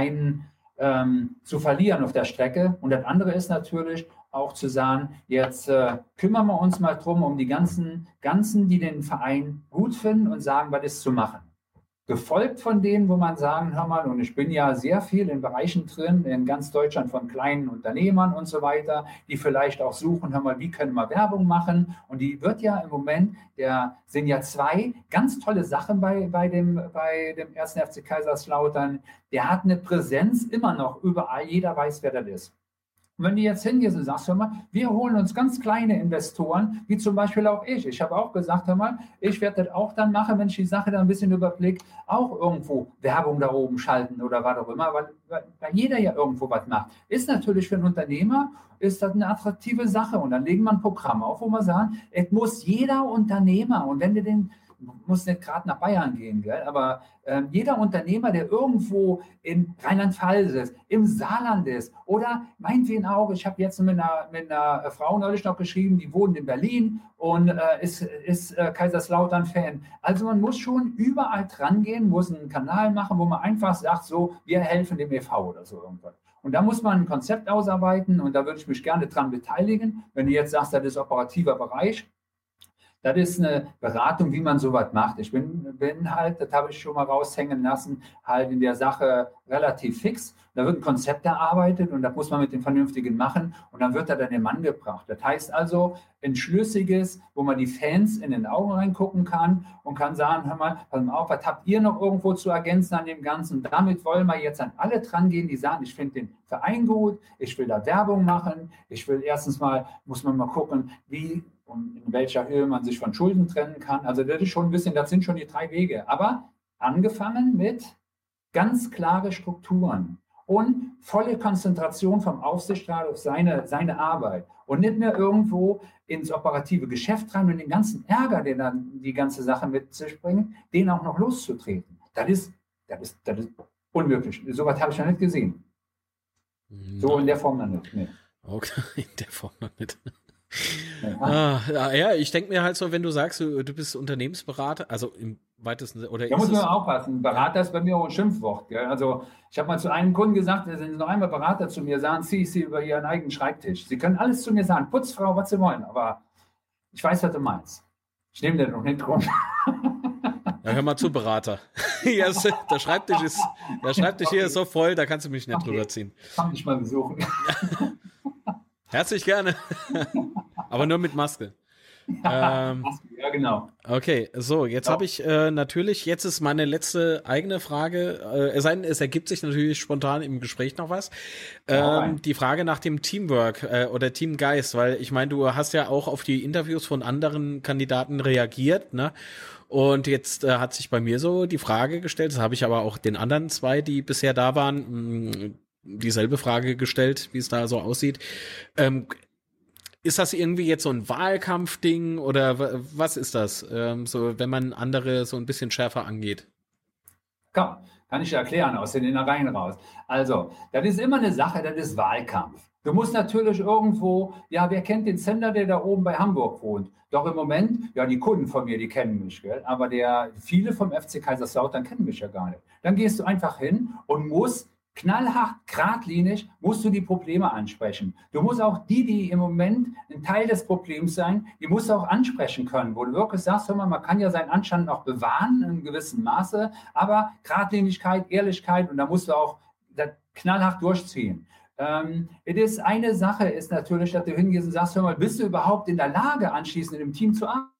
zu verlieren auf der Strecke. Und das andere ist natürlich auch zu sagen, jetzt kümmern wir uns mal drum, um die ganzen, die den Verein gut finden und sagen, was ist zu machen. Gefolgt von denen, wo man sagen, hör mal, und ich bin ja sehr viel in Bereichen drin, in ganz Deutschland von kleinen Unternehmern und so weiter, die vielleicht auch suchen, hör mal, wie können wir Werbung machen? Und die wird ja im Moment, sind ja zwei ganz tolle Sachen bei dem 1. FC Kaiserslautern. Der hat eine Präsenz immer noch überall, jeder weiß, wer das ist. Und wenn du jetzt hingehst und sagst, hör mal, wir holen uns ganz kleine Investoren, wie zum Beispiel auch ich. Ich habe auch gesagt, hör mal, ich werde das auch dann machen, wenn ich die Sache dann ein bisschen überblicke, auch irgendwo Werbung da oben schalten oder was auch immer, weil jeder ja irgendwo was macht. Ist natürlich für einen Unternehmer, ist das eine attraktive Sache. Und dann legen wir ein Programm auf, wo wir sagen, es muss jeder Unternehmer, und wenn du muss nicht gerade nach Bayern gehen, gell? Aber jeder Unternehmer, der irgendwo in Rheinland-Pfalz ist, im Saarland ist oder meinetwegen auch, ich habe jetzt mit einer Frau neulich noch geschrieben, die wohnt in Berlin und ist Kaiserslautern-Fan. Also man muss schon überall dran gehen, muss einen Kanal machen, wo man einfach sagt, so, wir helfen dem e.V. oder so irgendwas. Und da muss man ein Konzept ausarbeiten und da würde ich mich gerne dran beteiligen. Wenn du jetzt sagst, das ist operativer Bereich, das ist eine Beratung, wie man sowas macht. Ich bin halt, das habe ich schon mal raushängen lassen, halt in der Sache relativ fix. Da wird ein Konzept erarbeitet und das muss man mit dem Vernünftigen machen und dann wird er dann dem Mann gebracht. Das heißt also, ein schlüssiges, wo man die Fans in den Augen reingucken kann und kann sagen, hör mal, pass mal auf, was habt ihr noch irgendwo zu ergänzen an dem Ganzen? Und damit wollen wir jetzt an alle dran gehen, die sagen, ich finde den Verein gut, ich will da Werbung machen, ich will erstens mal, muss man mal gucken, wie und in welcher Höhe man sich von Schulden trennen kann. Also das ist schon ein bisschen, das sind schon die 3 Wege. Aber angefangen mit ganz klare Strukturen und volle Konzentration vom Aufsichtsrat auf seine Arbeit und nicht mehr irgendwo ins operative Geschäft rein und den ganzen Ärger, den dann die ganze Sache mit sich bringt, den auch noch loszutreten. Das ist unmöglich. So was habe ich noch nicht gesehen. So in der Form noch nicht. Nee. Okay, in der Form noch nicht. Ja, ich denke mir halt so, wenn du sagst, du bist Unternehmensberater, also im weitesten Sinne, oder da muss man aufpassen. Berater ist bei mir auch ein Schimpfwort. Gell? Also ich habe mal zu einem Kunden gesagt, wenn Sie noch einmal Berater zu mir sagen, ziehe ich Sie über Ihren eigenen Schreibtisch. Sie können alles zu mir sagen, Putzfrau, was Sie wollen, aber ich weiß, was du meinst. Ich nehme den noch nicht rum. Ja, hör mal zu, Berater. Yes, der Schreibtisch hier ist so voll, da kannst du mich nicht drüber ziehen. Kann ich mal besuchen. Herzlich gerne. Aber nur mit Maske. Ja, genau. Okay, so, jetzt habe ich natürlich, jetzt ist meine letzte eigene Frage, es sei denn, es ergibt sich natürlich spontan im Gespräch noch was. Die Frage nach dem Teamwork oder Teamgeist, weil ich meine, du hast ja auch auf die Interviews von anderen Kandidaten reagiert, ne? Und jetzt hat sich bei mir so die Frage gestellt, das habe ich aber auch den anderen 2, die bisher da waren, dieselbe Frage gestellt, wie es da so aussieht. Ist das irgendwie jetzt so ein Wahlkampfding oder was ist das? So, wenn man andere so ein bisschen schärfer angeht. Komm, kann ich erklären aus den Innereien raus. Also, das ist immer eine Sache, das ist Wahlkampf. Du musst natürlich irgendwo, ja, wer kennt den Sender, der da oben bei Hamburg wohnt? Doch im Moment, ja, die Kunden von mir, die kennen mich, gell? Aber viele vom FC Kaiserslautern kennen mich ja gar nicht. Dann gehst du einfach hin und musst knallhart, geradlinig, musst du die Probleme ansprechen. Du musst auch die im Moment ein Teil des Problems sein, die musst du auch ansprechen können, wo du wirklich sagst, hör mal, man kann ja seinen Anstand auch bewahren in einem gewissen Maße, aber Geradlinigkeit, Ehrlichkeit und da musst du auch das knallhart durchziehen. Eine Sache ist natürlich, dass du hingehst und sagst, hör mal, bist du überhaupt in der Lage, anschließend in dem Team zu arbeiten?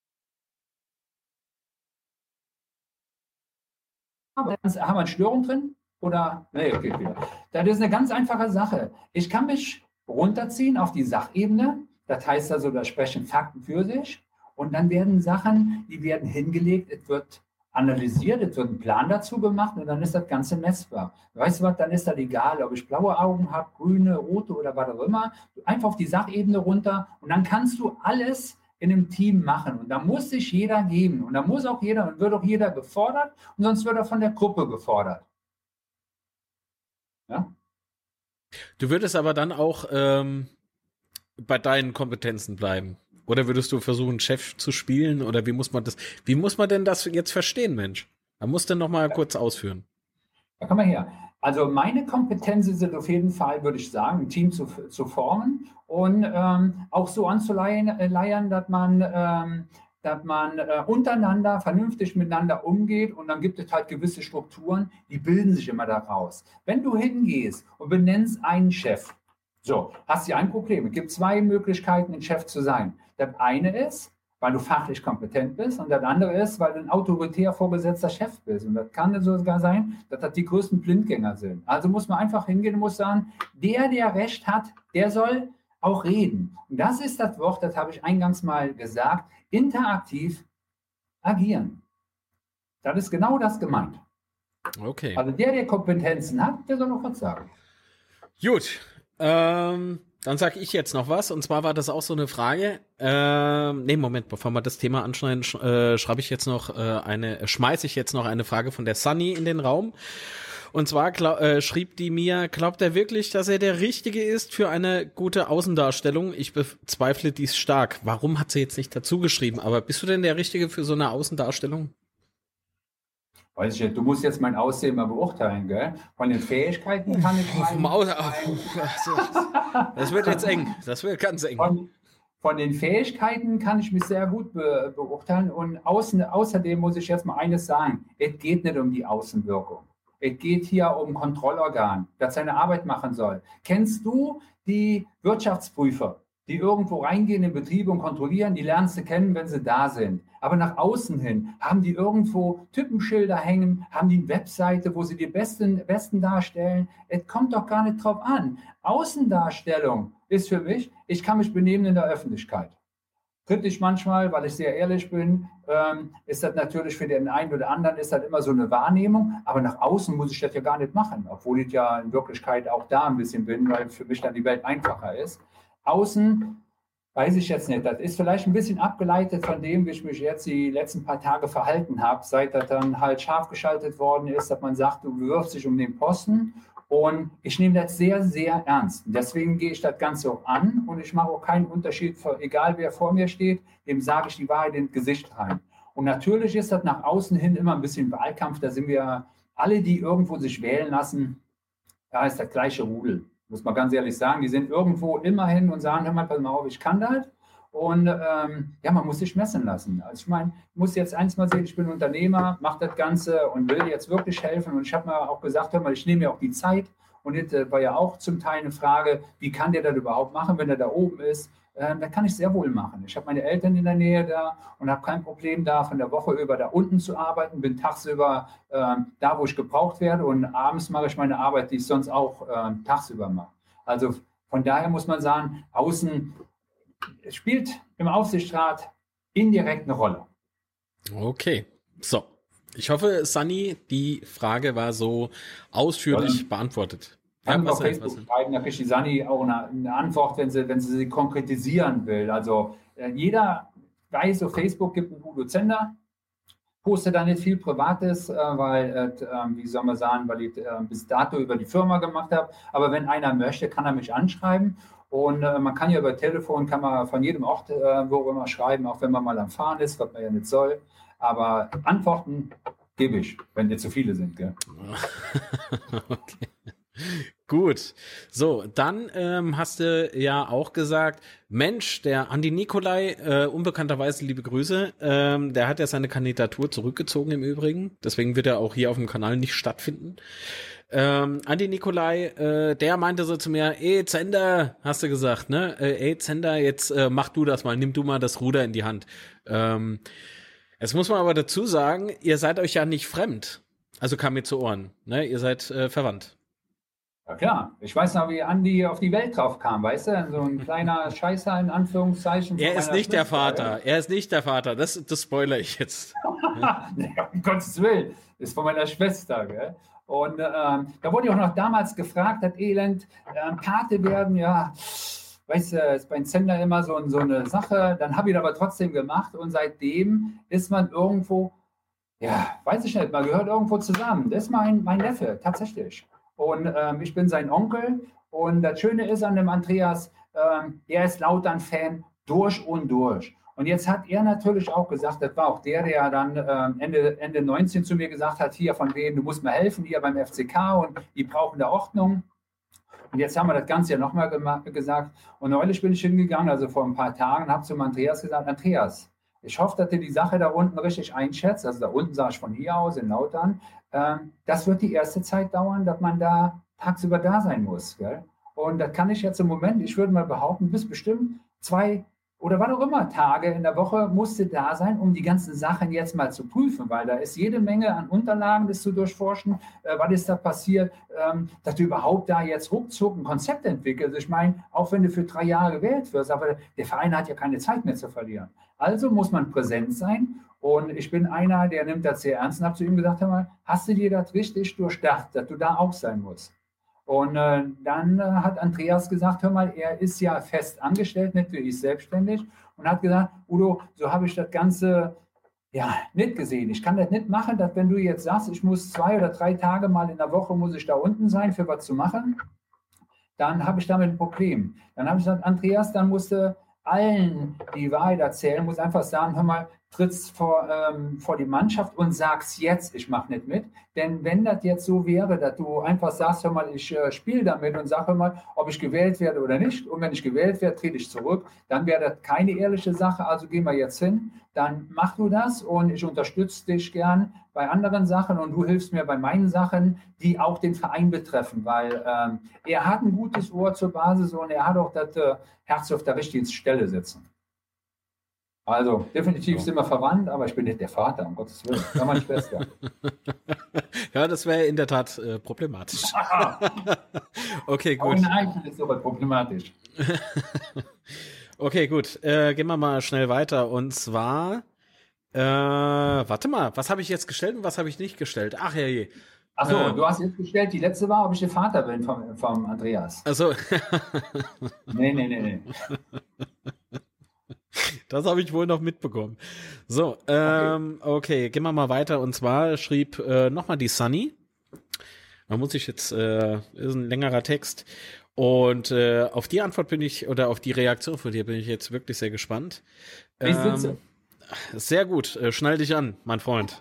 Haben wir eine Störung drin? Oder, nee, okay, wieder. Das ist eine ganz einfache Sache. Ich kann mich runterziehen auf die Sachebene. Das heißt also, da sprechen Fakten für sich. Und dann werden Sachen, die werden hingelegt, es wird analysiert, es wird ein Plan dazu gemacht und dann ist das Ganze messbar. Weißt du was, dann ist das egal, ob ich blaue Augen habe, grüne, rote oder was auch immer. Einfach auf die Sachebene runter und dann kannst du alles in einem Team machen. Und da muss sich jeder geben. Und da muss auch jeder und wird auch jeder gefordert. Und sonst wird er von der Gruppe gefordert. Ja? Du würdest aber dann auch bei deinen Kompetenzen bleiben. Oder würdest du versuchen, Chef zu spielen? Oder wie muss man denn das jetzt verstehen, Mensch? Da musst du noch mal kurz ausführen. Da kommen wir her. Also meine Kompetenzen sind auf jeden Fall, würde ich sagen, ein Team zu formen und auch so anzuleiern, dass man untereinander vernünftig miteinander umgeht und dann gibt es halt gewisse Strukturen, die bilden sich immer daraus. Wenn du hingehst und benennst einen Chef, so, hast du ein Problem. Es gibt zwei Möglichkeiten, ein Chef zu sein. Das eine ist, weil du fachlich kompetent bist und das andere ist, weil du ein autoritär vorgesetzter Chef bist. Und das kann sogar sein, dass das die größten Blindgänger sind. Also muss man einfach hingehen und muss sagen, der Recht hat, der soll auch reden. Und das ist das Wort, das habe ich eingangs mal gesagt, interaktiv agieren. Das ist genau das gemeint. Okay. Also der Kompetenzen hat, der soll noch was sagen. Gut. Dann sage ich jetzt noch was. Und zwar war das auch so eine Frage. Moment, bevor wir das Thema anschneiden, schmeiße ich jetzt noch eine Frage von der Sunny in den Raum. Und zwar schrieb die mir, glaubt er wirklich, dass er der Richtige ist für eine gute Außendarstellung? Ich bezweifle dies stark. Warum hat sie jetzt nicht dazu geschrieben? Aber bist du denn der Richtige für so eine Außendarstellung? Weiß ich nicht, du musst jetzt mein Aussehen mal beurteilen, gell? Von den Fähigkeiten kann ich das wird jetzt eng. Das wird ganz eng. Von den Fähigkeiten kann ich mich sehr gut beurteilen. Und außerdem muss ich jetzt mal eines sagen. Es geht nicht um die Außenwirkung. Es geht hier um ein Kontrollorgan, das seine Arbeit machen soll. Kennst du die Wirtschaftsprüfer, die irgendwo reingehen in Betriebe und kontrollieren? Die lernst du kennen, wenn sie da sind. Aber nach außen hin haben die irgendwo Typenschilder hängen, haben die eine Webseite, wo sie die Besten darstellen. Es kommt doch gar nicht drauf an. Außendarstellung ist für mich, ich kann mich benehmen in der Öffentlichkeit. Kritisch manchmal, weil ich sehr ehrlich bin, ist das natürlich für den einen oder anderen ist das immer so eine Wahrnehmung, aber nach außen muss ich das ja gar nicht machen, obwohl ich ja in Wirklichkeit auch da ein bisschen bin, weil für mich dann die Welt einfacher ist. Außen weiß ich jetzt nicht. Das ist vielleicht ein bisschen abgeleitet von dem, wie ich mich jetzt die letzten paar Tage verhalten habe, seit das dann halt scharf geschaltet worden ist, dass man sagt, du bewirbst dich um den Posten. Und ich nehme das sehr, sehr ernst. Deswegen gehe ich das Ganze auch an und ich mache auch keinen Unterschied, egal wer vor mir steht, dem sage ich die Wahrheit ins Gesicht rein. Und natürlich ist das nach außen hin immer ein bisschen Wahlkampf. Da sind wir alle, die irgendwo sich wählen lassen, da ist das gleiche Rudel. Muss man ganz ehrlich sagen, die sind irgendwo immer hin und sagen, hör mal, pass mal auf, ich kann das. Und man muss sich messen lassen. Also ich meine, ich muss jetzt eins mal sehen, ich bin Unternehmer, mache das Ganze und will jetzt wirklich helfen. Und ich habe mir auch gesagt, hör mal, ich nehme mir auch die Zeit. Und das war ja auch zum Teil eine Frage, wie kann der das überhaupt machen, wenn er da oben ist? Da kann ich sehr wohl machen. Ich habe meine Eltern in der Nähe da und habe kein Problem da, von der Woche über da unten zu arbeiten. Bin tagsüber da, wo ich gebraucht werde und abends mache ich meine Arbeit, die ich sonst auch tagsüber mache. Also von daher muss man sagen, außen spielt im Aufsichtsrat indirekt eine Rolle. Okay, so. Ich hoffe, Sunny, die Frage war so ausführlich beantwortet. Kann man auf Facebook schreiben, da kriegt die Sunny auch eine Antwort, wenn sie konkretisieren will. Also jeder weiß, auf Facebook gibt einen Udo Zender, poste da nicht viel Privates, weil, wie soll man sagen, weil ich bis dato über die Firma gemacht habe. Aber wenn einer möchte, kann er mich anschreiben. Und man kann ja über Telefon, kann man von jedem Ort, wo immer schreiben, auch wenn man mal am Fahren ist, was man ja nicht soll. Aber Antworten gebe ich, wenn nicht zu viele sind. Gell? Okay. Gut, so, dann hast du ja auch gesagt, Mensch, der Andi Nicolai, unbekannterweise liebe Grüße, der hat ja seine Kandidatur zurückgezogen im Übrigen, deswegen wird er auch hier auf dem Kanal nicht stattfinden. Andi Nicolai, der meinte so zu mir, Zender, hast du gesagt, ne? Zender, jetzt mach du das mal, nimm du mal das Ruder in die Hand. Jetzt muss man aber dazu sagen, ihr seid euch ja nicht fremd, also kam mir zu Ohren, ne? Ihr seid verwandt. Ja klar, ich weiß noch, wie Andi auf die Welt drauf kam, weißt du? So ein kleiner Scheißer in Anführungszeichen. Er ist nicht der Vater, das spoilere ich jetzt. Nee, um Gottes Willen, das ist von meiner Schwester, gell? Und da wurde ich auch noch damals gefragt, das Elend, Pate werden, ja, weißt du, ist bei Zender immer so eine Sache. Dann habe ich das aber trotzdem gemacht und seitdem ist man irgendwo, ja, weiß ich nicht, man gehört irgendwo zusammen. Das ist mein Neffe, tatsächlich. Und ich bin sein Onkel. Und das Schöne ist an dem Andreas, er ist Lautern-Fan durch und durch. Und jetzt hat er natürlich auch gesagt, das war auch der dann Ende 19 zu mir gesagt hat, hier von wem, du musst mir helfen, hier beim FCK und die brauchen da Ordnung. Und jetzt haben wir das Ganze ja nochmal gesagt. Und neulich bin ich hingegangen, also vor ein paar Tagen, habe zum Andreas gesagt, Andreas, ich hoffe, dass du die Sache da unten richtig einschätzt. Also da unten sah ich von hier aus in Lautern. Das wird die erste Zeit dauern, dass man da tagsüber da sein muss. Gell? Und das kann ich jetzt im Moment, ich würde mal behaupten, bis bestimmt 2 oder was auch immer Tage in der Woche musste da sein, um die ganzen Sachen jetzt mal zu prüfen, weil da ist jede Menge an Unterlagen, das zu durchforschen, was ist da passiert, dass du überhaupt da jetzt ruckzuck ein Konzept entwickelst. Ich meine, auch wenn du für 3 Jahre gewählt wirst, aber der Verein hat ja keine Zeit mehr zu verlieren. Also muss man präsent sein und ich bin einer, der nimmt das sehr ernst und habe zu ihm gesagt, hör mal, hast du dir das richtig durchdacht, dass du da auch sein musst? Und dann hat Andreas gesagt, hör mal, er ist ja fest angestellt, nicht wie ich selbstständig. Und hat gesagt, Udo, so habe ich das Ganze ja nicht gesehen. Ich kann das nicht machen, dass wenn du jetzt sagst, ich muss 2 oder 3 Tage mal in der Woche, muss ich da unten sein, für was zu machen, dann habe ich damit ein Problem. Dann habe ich gesagt, Andreas, dann musst du allen die Wahrheit erzählen, muss einfach sagen, hör mal, trittst vor die Mannschaft und sagst jetzt, ich mache nicht mit. Denn wenn das jetzt so wäre, dass du einfach sagst, hör mal, ich spiele damit und sag hör mal, ob ich gewählt werde oder nicht. Und wenn ich gewählt werde, trete ich zurück. Dann wäre das keine ehrliche Sache. Also gehen wir jetzt hin. Dann mach du das und ich unterstütze dich gern bei anderen Sachen und du hilfst mir bei meinen Sachen, die auch den Verein betreffen. Weil er hat ein gutes Ohr zur Basis und er hat auch das Herz auf der richtigen Stelle sitzen. Also, definitiv sind wir verwandt, aber ich bin nicht der Vater, um Gottes Willen. Das war meine Schwester. Ja, das wäre in der Tat problematisch. Okay, gut. Auch nein, ist aber problematisch. Okay, gut. Gehen wir mal schnell weiter. Und zwar, warte mal, was habe ich jetzt gestellt und was habe ich nicht gestellt? Ach ja, je. Achso, du hast jetzt gestellt, die letzte war, ob ich der Vater bin vom Andreas. Also. Nee. Das habe ich wohl noch mitbekommen. So, okay, gehen wir mal weiter. Und zwar schrieb nochmal die Sunny. Da muss ich jetzt, ist ein längerer Text. Und auf die Antwort auf die Reaktion von dir bin ich jetzt wirklich sehr gespannt. Ich sitze. Sehr gut, schnall dich an, mein Freund.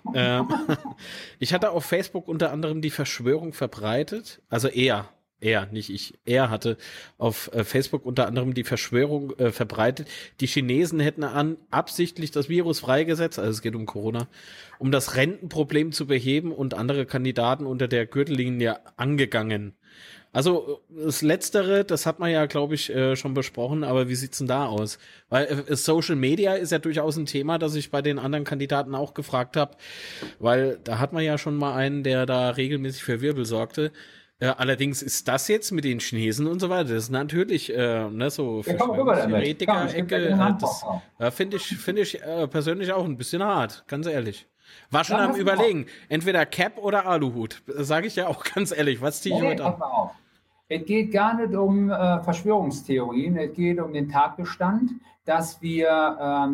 Ich hatte auf Facebook unter anderem die Verschwörung verbreitet, also er, nicht ich. Er hatte auf Facebook unter anderem die Verschwörung verbreitet, die Chinesen hätten absichtlich das Virus freigesetzt, also es geht um Corona, um das Rentenproblem zu beheben und andere Kandidaten unter der Gürtellinie angegangen. Also das Letztere, das hat man ja, glaube ich, schon besprochen, aber wie sieht's denn da aus? Weil Social Media ist ja durchaus ein Thema, das ich bei den anderen Kandidaten auch gefragt habe, weil da hat man ja schon mal einen, der da regelmäßig für Wirbel verschwörte. Allerdings ist das jetzt mit den Chinesen und so weiter, das ist natürlich so Theoretiker-Ecke, das finde ich persönlich auch ein bisschen hart, ganz ehrlich. War schon am Überlegen, entweder Cap oder Aluhut, sage ich ja auch ganz ehrlich, was ziehe ich heute an? Es geht gar nicht um Verschwörungstheorien, es geht um den Tatbestand, dass wir,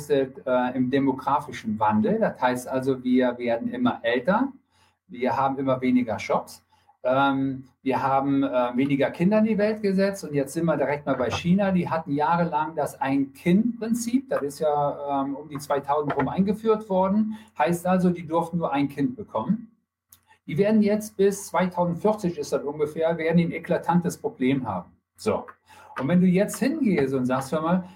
im demografischen Wandel, das heißt also, wir werden immer älter, wir haben immer weniger Jobs, wir haben weniger Kinder in die Welt gesetzt und jetzt sind wir direkt mal bei China. Die hatten jahrelang das Ein-Kind-Prinzip. Das ist ja um die 2000 rum eingeführt worden. Heißt also, die durften nur ein Kind bekommen. Die werden jetzt bis 2040 ist das ungefähr, werden ein eklatantes Problem haben. So. Und wenn du jetzt hingehst und sagst, hör mal,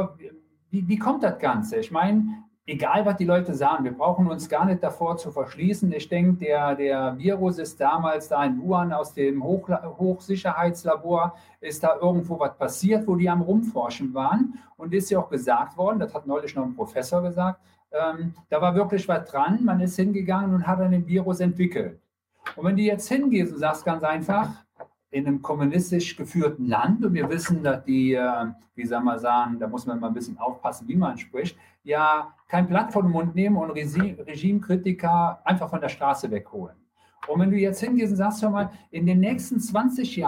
wie kommt das Ganze? Ich meine, egal, was die Leute sagen, wir brauchen uns gar nicht davor zu verschließen. Ich denke, der Virus ist damals da in Wuhan aus dem Hochsicherheitslabor, ist da irgendwo was passiert, wo die am Rumforschen waren. Und ist ja auch gesagt worden, das hat neulich noch ein Professor gesagt, da war wirklich was dran. Man ist hingegangen und hat dann den Virus entwickelt. Und wenn du jetzt hingehst und sagst ganz einfach, in einem kommunistisch geführten Land, und wir wissen, dass die, wie soll man sagen, da muss man mal ein bisschen aufpassen, wie man spricht, ja kein Blatt vor den Mund nehmen und Regimekritiker einfach von der Straße wegholen. Und wenn du jetzt hingehst und sagst, hör mal, in den nächsten 20 Jahren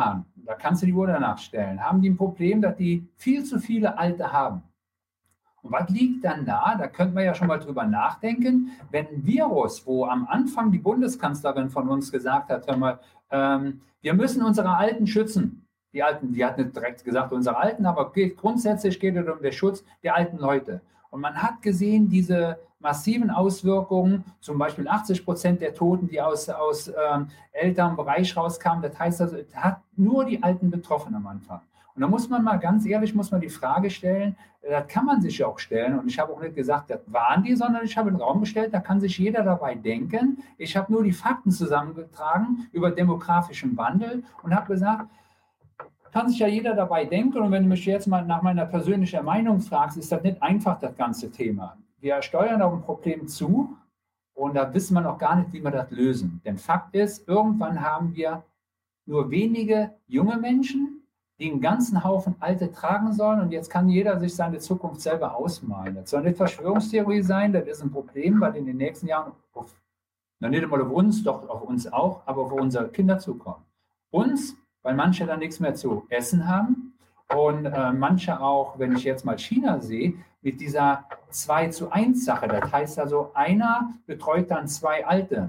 da kannst du die Uhr danach stellen, haben die ein Problem, dass die viel zu viele Alte haben. Und was liegt dann nahe? Da könnte man ja schon mal drüber nachdenken, wenn ein Virus, wo am Anfang die Bundeskanzlerin von uns gesagt hat, hör mal, wir müssen unsere Alten schützen. Die Alten, die hat nicht direkt gesagt, unsere Alten, aber grundsätzlich geht es um den Schutz der alten Leute. Und man hat gesehen, diese massiven Auswirkungen, zum Beispiel 80% der Toten, die aus älterem Bereich rauskamen, das heißt also, es hat nur die Alten betroffen am Anfang. Und da muss man mal ganz ehrlich, die Frage stellen, das kann man sich ja auch stellen. Und ich habe auch nicht gesagt, das waren die, sondern ich habe in den Raum gestellt, da kann sich jeder dabei denken. Ich habe nur die Fakten zusammengetragen über demografischen Wandel und habe gesagt, kann sich ja jeder dabei denken. Und wenn du mich jetzt mal nach meiner persönlichen Meinung fragst, ist das nicht einfach, das ganze Thema. Wir steuern auf ein Problem zu und da wissen wir noch gar nicht, wie wir das lösen. Denn Fakt ist, irgendwann haben wir nur wenige junge Menschen, die einen ganzen Haufen Alte tragen sollen. Und jetzt kann jeder sich seine Zukunft selber ausmalen. Das soll nicht Verschwörungstheorie sein, das ist ein Problem, weil in den nächsten Jahren, nicht einmal auf uns, doch auf uns auch, aber auf unsere Kinder zukommen. Uns, weil manche dann nichts mehr zu essen haben und manche auch, wenn ich jetzt mal China sehe, mit dieser 2:1-Sache. Das heißt also, einer betreut dann 2 Alte.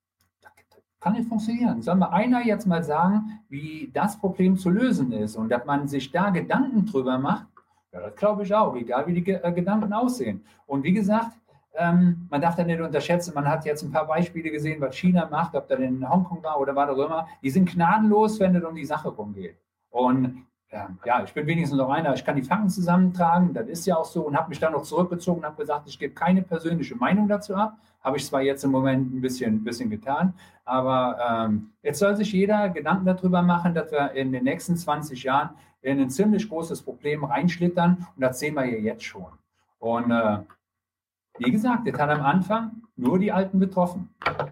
Kann nicht funktionieren. Soll mal einer jetzt mal sagen, wie das Problem zu lösen ist und dass man sich da Gedanken drüber macht? Ja, das glaube ich auch, egal wie die Gedanken aussehen. Und wie gesagt, man darf da nicht unterschätzen, man hat jetzt ein paar Beispiele gesehen, was China macht, ob das in Hongkong war oder was auch immer. Die sind gnadenlos, wenn es um die Sache rumgeht. Und ja, ich bin wenigstens noch einer, ich kann die Fakten zusammentragen, das ist ja auch so, und habe mich dann noch zurückgezogen und habe gesagt, ich gebe keine persönliche Meinung dazu ab. Habe ich zwar jetzt im Moment ein bisschen getan, aber jetzt soll sich jeder Gedanken darüber machen, dass wir in den nächsten 20 Jahren in ein ziemlich großes Problem reinschlittern und das sehen wir hier jetzt schon. Und wie gesagt, das hat am Anfang nur die Alten betroffen.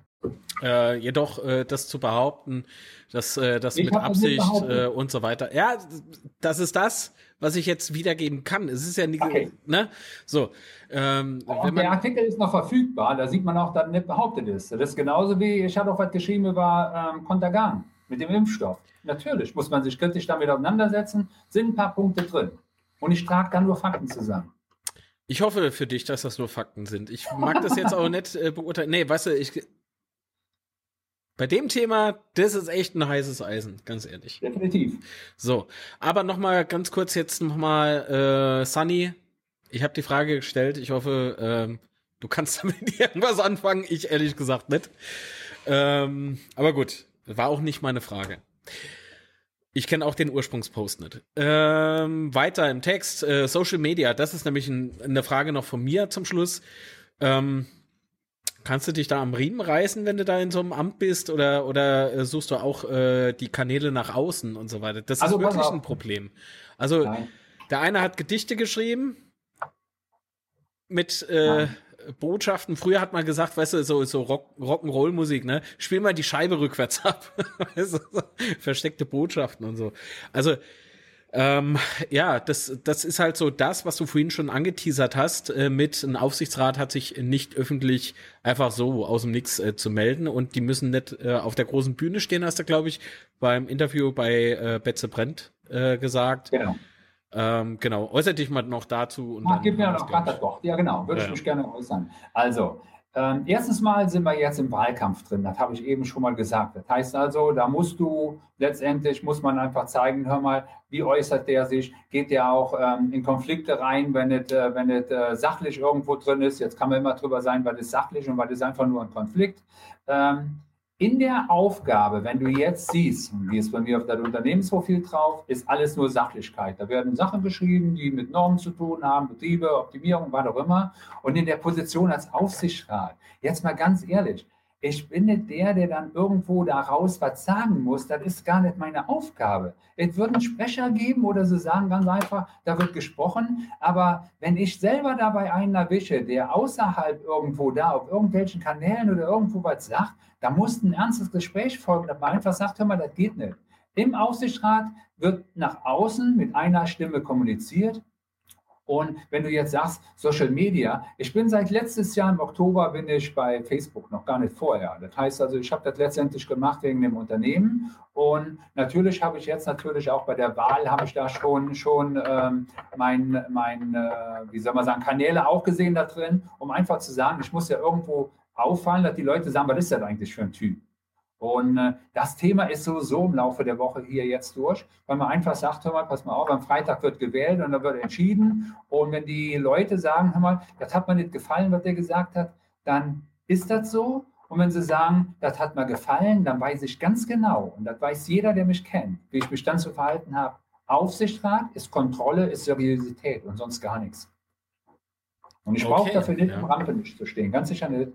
Jedoch das zu behaupten, dass das mit Absicht und so weiter. Ja, das ist das, was ich jetzt wiedergeben kann. Es ist ja nicht, okay. Ne? So. Der Artikel ist noch verfügbar, da sieht man auch, dass nicht behauptet ist. Das ist genauso wie, ich hatte auch was geschrieben über Contergan mit dem Impfstoff. Natürlich muss man sich kritisch damit auseinandersetzen, sind ein paar Punkte drin. Und ich trage dann nur Fakten zusammen. Ich hoffe für dich, dass das nur Fakten sind. Ich mag das jetzt auch nicht beurteilen. Nee, weißt du, bei dem Thema, das ist echt ein heißes Eisen, ganz ehrlich. Definitiv. So, aber nochmal ganz kurz jetzt nochmal, Sunny, ich habe die Frage gestellt, ich hoffe, du kannst damit irgendwas anfangen, ich ehrlich gesagt nicht. Aber gut, war auch nicht meine Frage. Ich kenne auch den Ursprungspost nicht. Weiter im Text, Social Media, das ist nämlich eine Frage noch von mir zum Schluss. Kannst du dich da am Riemen reißen, wenn du da in so einem Amt bist, oder suchst du auch die Kanäle nach außen und so weiter? Das ist wirklich ein Problem. Also der eine hat Gedichte geschrieben mit Botschaften. Früher hat man gesagt, weißt du, so Rock'n'Roll-Musik, ne? Spiel mal die Scheibe rückwärts ab. Weißt du, so versteckte Botschaften und so. Also ja, das ist halt so das, was du vorhin schon angeteasert hast, mit ein Aufsichtsrat hat sich nicht öffentlich einfach so aus dem Nix zu melden und die müssen nicht auf der großen Bühne stehen, hast du, glaube ich, beim Interview bei Betze Brent gesagt. Genau. Genau, äußere dich mal noch dazu. Und dann gib mir noch gerade das Wort. Ja, genau, würde ich mich gerne äußern. Also, erstens mal sind wir jetzt im Wahlkampf drin, das habe ich eben schon mal gesagt. Das heißt also, da muss man einfach zeigen, hör mal, wie äußert der sich, geht der auch in Konflikte rein, wenn es sachlich irgendwo drin ist. Jetzt kann man immer drüber sein, was ist sachlich und was ist einfach nur ein Konflikt. In der Aufgabe, wenn du jetzt siehst, wie es bei mir auf das Unternehmensprofil drauf ist, alles nur Sachlichkeit. Da werden Sachen beschrieben, die mit Normen zu tun haben, Betriebe, Optimierung, was auch immer. Und in der Position als Aufsichtsrat, jetzt mal ganz ehrlich, ich bin nicht der dann irgendwo daraus was sagen muss. Das ist gar nicht meine Aufgabe. Es wird einen Sprecher geben oder sie sagen ganz einfach, da wird gesprochen. Aber wenn ich selber dabei einen erwische, der außerhalb irgendwo da auf irgendwelchen Kanälen oder irgendwo was sagt, da muss ein ernstes Gespräch folgen, dass man einfach sagt, hör mal, das geht nicht. Im Aufsichtsrat wird nach außen mit einer Stimme kommuniziert. Und wenn du jetzt sagst, Social Media, ich bin seit letztes Jahr im Oktober bin ich bei Facebook, noch gar nicht vorher. Das heißt also, ich habe das letztendlich gemacht wegen dem Unternehmen. Und natürlich habe ich jetzt natürlich auch bei der Wahl, habe ich da schon wie soll man sagen, Kanäle auch gesehen da drin, um einfach zu sagen, ich muss ja irgendwo auffallen, dass die Leute sagen, was ist das eigentlich für ein Typ? Und das Thema ist so im Laufe der Woche hier jetzt durch, weil man einfach sagt, hör mal, pass mal auf, am Freitag wird gewählt und dann wird entschieden. Und wenn die Leute sagen, hör mal, das hat mir nicht gefallen, was der gesagt hat, dann ist das so. Und wenn sie sagen, das hat mir gefallen, dann weiß ich ganz genau, und das weiß jeder, der mich kennt, wie ich mich dann zu verhalten habe. Aufsichtsrat ist Kontrolle, ist Seriosität und sonst gar nichts. Und ich brauche dafür nicht im Rampenlicht zu stehen, ganz sicher nicht.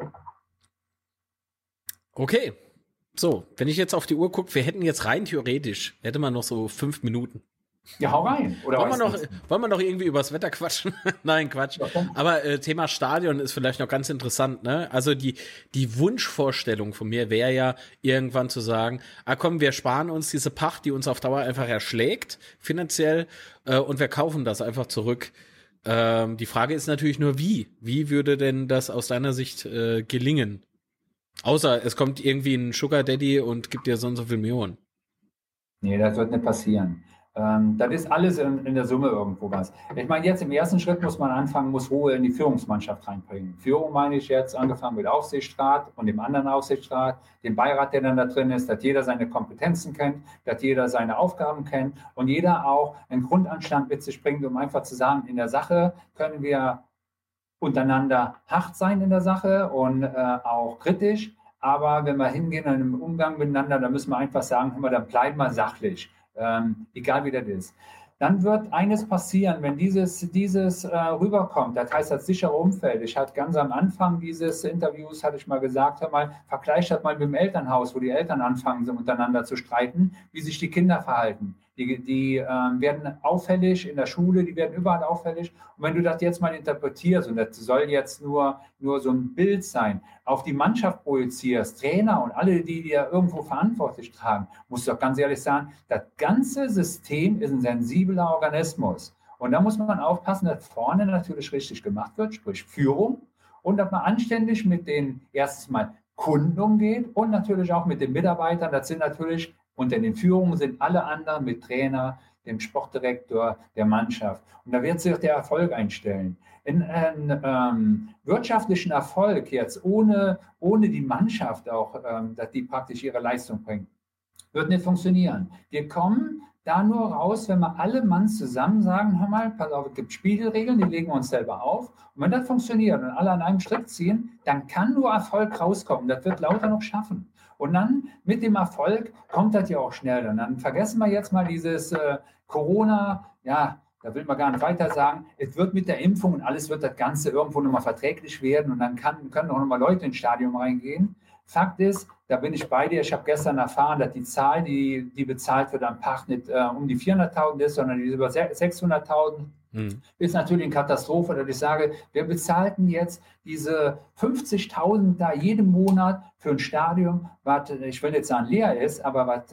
Okay. So, wenn ich jetzt auf die Uhr gucke, wir hätten jetzt rein theoretisch, hätte man noch so 5 Minuten. Ja, hau rein. Oder wollen wir noch irgendwie übers Wetter quatschen? Nein, Quatsch. Ja, aber Thema Stadion ist vielleicht noch ganz interessant, ne? Also die Wunschvorstellung von mir wäre ja irgendwann zu sagen, komm, wir sparen uns diese Pacht, die uns auf Dauer einfach erschlägt, finanziell, und wir kaufen das einfach zurück. Die Frage ist natürlich nur, wie? Wie würde denn das aus deiner Sicht gelingen? Außer es kommt irgendwie ein Sugar Daddy und gibt dir so und so viel Millionen. Nee, das wird nicht passieren. Das ist alles in der Summe irgendwo was. Ich meine, jetzt im ersten Schritt muss man anfangen, muss Ruhe in die Führungsmannschaft reinbringen. Führung meine ich jetzt, angefangen mit Aufsichtsrat und dem anderen Aufsichtsrat, dem Beirat, der dann da drin ist, dass jeder seine Kompetenzen kennt, dass jeder seine Aufgaben kennt und jeder auch einen Grundanstand mit sich bringt, um einfach zu sagen, in der Sache können wir untereinander hart sein in der Sache und auch kritisch. Aber wenn wir hingehen in einem Umgang miteinander, dann müssen wir einfach sagen, hör mal, dann bleiben wir sachlich, egal wie das ist. Dann wird eines passieren, wenn dieses rüberkommt, das heißt das sichere Umfeld. Ich hatte ganz am Anfang dieses Interviews, hatte ich mal gesagt, hör mal, vergleich das mal mit dem Elternhaus, wo die Eltern anfangen, untereinander zu streiten, wie sich die Kinder verhalten. Die werden auffällig in der Schule, die werden überall auffällig. Und wenn du das jetzt mal interpretierst, und das soll jetzt nur so ein Bild sein, auf die Mannschaft projizierst, Trainer und alle, die dir irgendwo verantwortlich tragen, musst du doch ganz ehrlich sagen, das ganze System ist ein sensibler Organismus. Und da muss man aufpassen, dass vorne natürlich richtig gemacht wird, sprich Führung, und dass man anständig mit den erstens mal Kunden umgeht und natürlich auch mit den Mitarbeitern. Das sind natürlich unter den Führungen sind alle anderen mit Trainer, dem Sportdirektor, der Mannschaft. Und da wird sich der Erfolg einstellen. In einen wirtschaftlichen Erfolg jetzt ohne die Mannschaft auch, dass die praktisch ihre Leistung bringt, wird nicht funktionieren. Wir kommen da nur raus, wenn wir alle Mann zusammen sagen, hör mal, pass auf, es gibt Spielregeln, die legen wir uns selber auf. Und wenn das funktioniert und alle an einem Strick ziehen, dann kann nur Erfolg rauskommen. Das wird Lauter noch schaffen. Und dann mit dem Erfolg kommt das ja auch schnell. Und dann vergessen wir jetzt mal dieses Corona, ja, da will man gar nicht weiter sagen, es wird mit der Impfung und alles wird das Ganze irgendwo nochmal verträglich werden und dann können auch nochmal Leute ins Stadion reingehen. Fakt ist, da bin ich bei dir, ich habe gestern erfahren, dass die Zahl, die bezahlt wird am Pacht nicht um die 400.000 ist, sondern die ist über 600.000. Ist natürlich eine Katastrophe, dass ich sage, wir bezahlten jetzt diese 50.000 da jeden Monat für ein Stadion, was, ich will jetzt sagen leer ist, aber was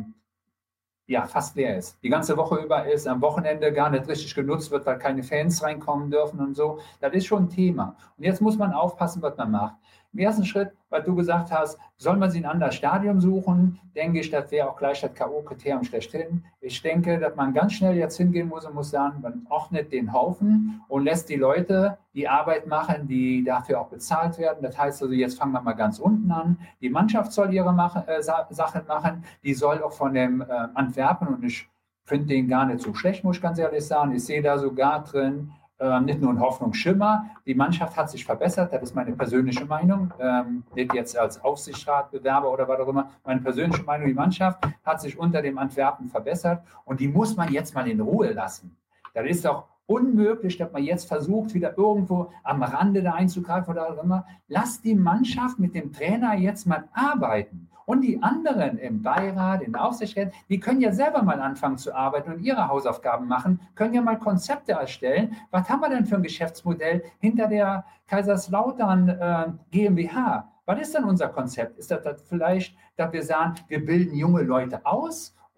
fast leer ist. Die ganze Woche über ist, am Wochenende gar nicht richtig genutzt wird, weil keine Fans reinkommen dürfen und so. Das ist schon ein Thema. Und jetzt muss man aufpassen, was man macht. Im ersten Schritt, weil du gesagt hast, soll man sich ein anderes Stadion suchen, denke ich, das wäre auch gleich das K.O.-Kriterium schlechthin. Ich denke, dass man ganz schnell jetzt hingehen muss und muss sagen, man ordnet den Haufen und lässt die Leute die Arbeit machen, die dafür auch bezahlt werden. Das heißt also, jetzt fangen wir mal ganz unten an. Die Mannschaft soll ihre Sachen machen, die soll auch von dem Antwerpen, und ich finde den gar nicht so schlecht, muss ich ganz ehrlich sagen. Ich sehe da sogar drin, nicht nur ein Hoffnungsschimmer. Die Mannschaft hat sich verbessert, das ist meine persönliche Meinung. Nicht jetzt als Aufsichtsratbewerber oder was auch immer. Meine persönliche Meinung, die Mannschaft hat sich unter dem Antwerpen verbessert und die muss man jetzt mal in Ruhe lassen. Das ist doch unmöglich, dass man jetzt versucht, wieder irgendwo am Rande da einzugreifen oder auch immer. Lass die Mannschaft mit dem Trainer jetzt mal arbeiten. Und die anderen im Beirat, in der Aufsichtsrat, die können ja selber mal anfangen zu arbeiten und ihre Hausaufgaben machen, können ja mal Konzepte erstellen. Was haben wir denn für ein Geschäftsmodell hinter der Kaiserslautern GmbH? Was ist denn unser Konzept? Ist das vielleicht, dass wir sagen, wir bilden junge Leute aus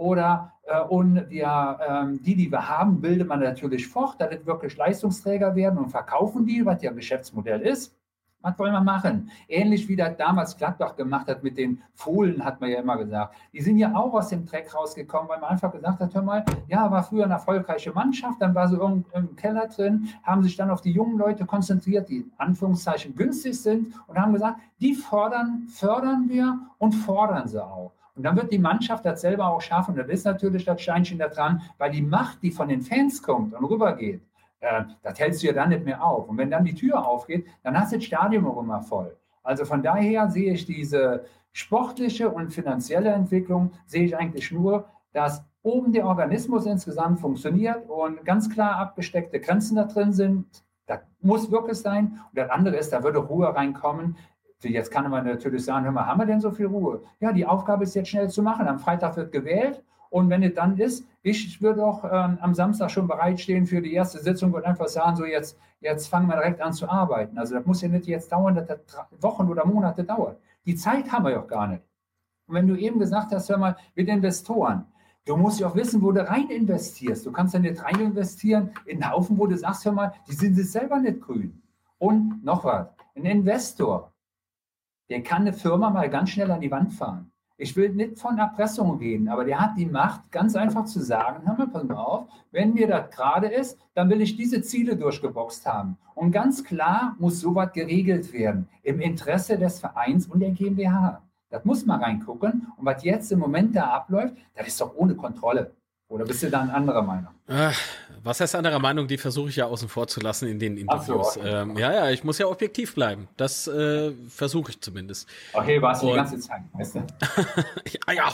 Und die wir haben, bildet man natürlich fort, dass es wirklich Leistungsträger werden und verkaufen die, was ja Geschäftsmodell ist. Was wollen wir machen? Ähnlich wie das damals Gladbach gemacht hat mit den Fohlen, hat man ja immer gesagt. Die sind ja auch aus dem Dreck rausgekommen, weil man einfach gesagt hat, hör mal, ja, war früher eine erfolgreiche Mannschaft, dann war so im Keller drin, haben sich dann auf die jungen Leute konzentriert, die in Anführungszeichen günstig sind und haben gesagt, die fördern wir und fordern sie auch. Und dann wird die Mannschaft das selber auch schaffen. Und das ist natürlich das Steinchen da dran, weil die Macht, die von den Fans kommt und rübergeht, das hältst du ja dann nicht mehr auf. Und wenn dann die Tür aufgeht, dann hast du das Stadion auch immer voll. Also von daher sehe ich diese sportliche und finanzielle Entwicklung, sehe ich eigentlich nur, dass oben der Organismus insgesamt funktioniert und ganz klar abgesteckte Grenzen da drin sind. Das muss wirklich sein. Und das andere ist, da würde Ruhe reinkommen. Jetzt kann man natürlich sagen, hör mal, haben wir denn so viel Ruhe? Ja, die Aufgabe ist jetzt schnell zu machen. Am Freitag wird gewählt. Und wenn es dann ist, ich würde auch am Samstag schon bereitstehen für die erste Sitzung und einfach sagen, so jetzt fangen wir direkt an zu arbeiten. Also das muss ja nicht jetzt dauern, dass das Wochen oder Monate dauert. Die Zeit haben wir ja auch gar nicht. Und wenn du eben gesagt hast, hör mal, mit Investoren, du musst ja auch wissen, wo du rein investierst. Du kannst ja nicht rein investieren in einen Haufen, wo du sagst, hör mal, die sind sich selber nicht grün. Und noch was, ein Investor, der kann eine Firma mal ganz schnell an die Wand fahren. Ich will nicht von Erpressung reden, aber der hat die Macht, ganz einfach zu sagen, hör mal, pass mal auf, wenn mir das gerade ist, dann will ich diese Ziele durchgeboxt haben. Und ganz klar muss sowas geregelt werden, im Interesse des Vereins und der GmbH. Das muss man reingucken. Und was jetzt im Moment da abläuft, das ist doch ohne Kontrolle. Oder bist du da eine andere Meinung? Was heißt anderer Meinung? Die versuche ich ja außen vor zu lassen in den Interviews. So, okay. Ja, ich muss ja objektiv bleiben. Das versuche ich zumindest. Okay, warst du die ganze Zeit, weißt du? ja.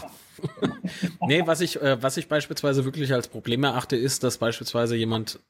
Nee, was ich beispielsweise wirklich als Problem erachte, ist, dass beispielsweise jemand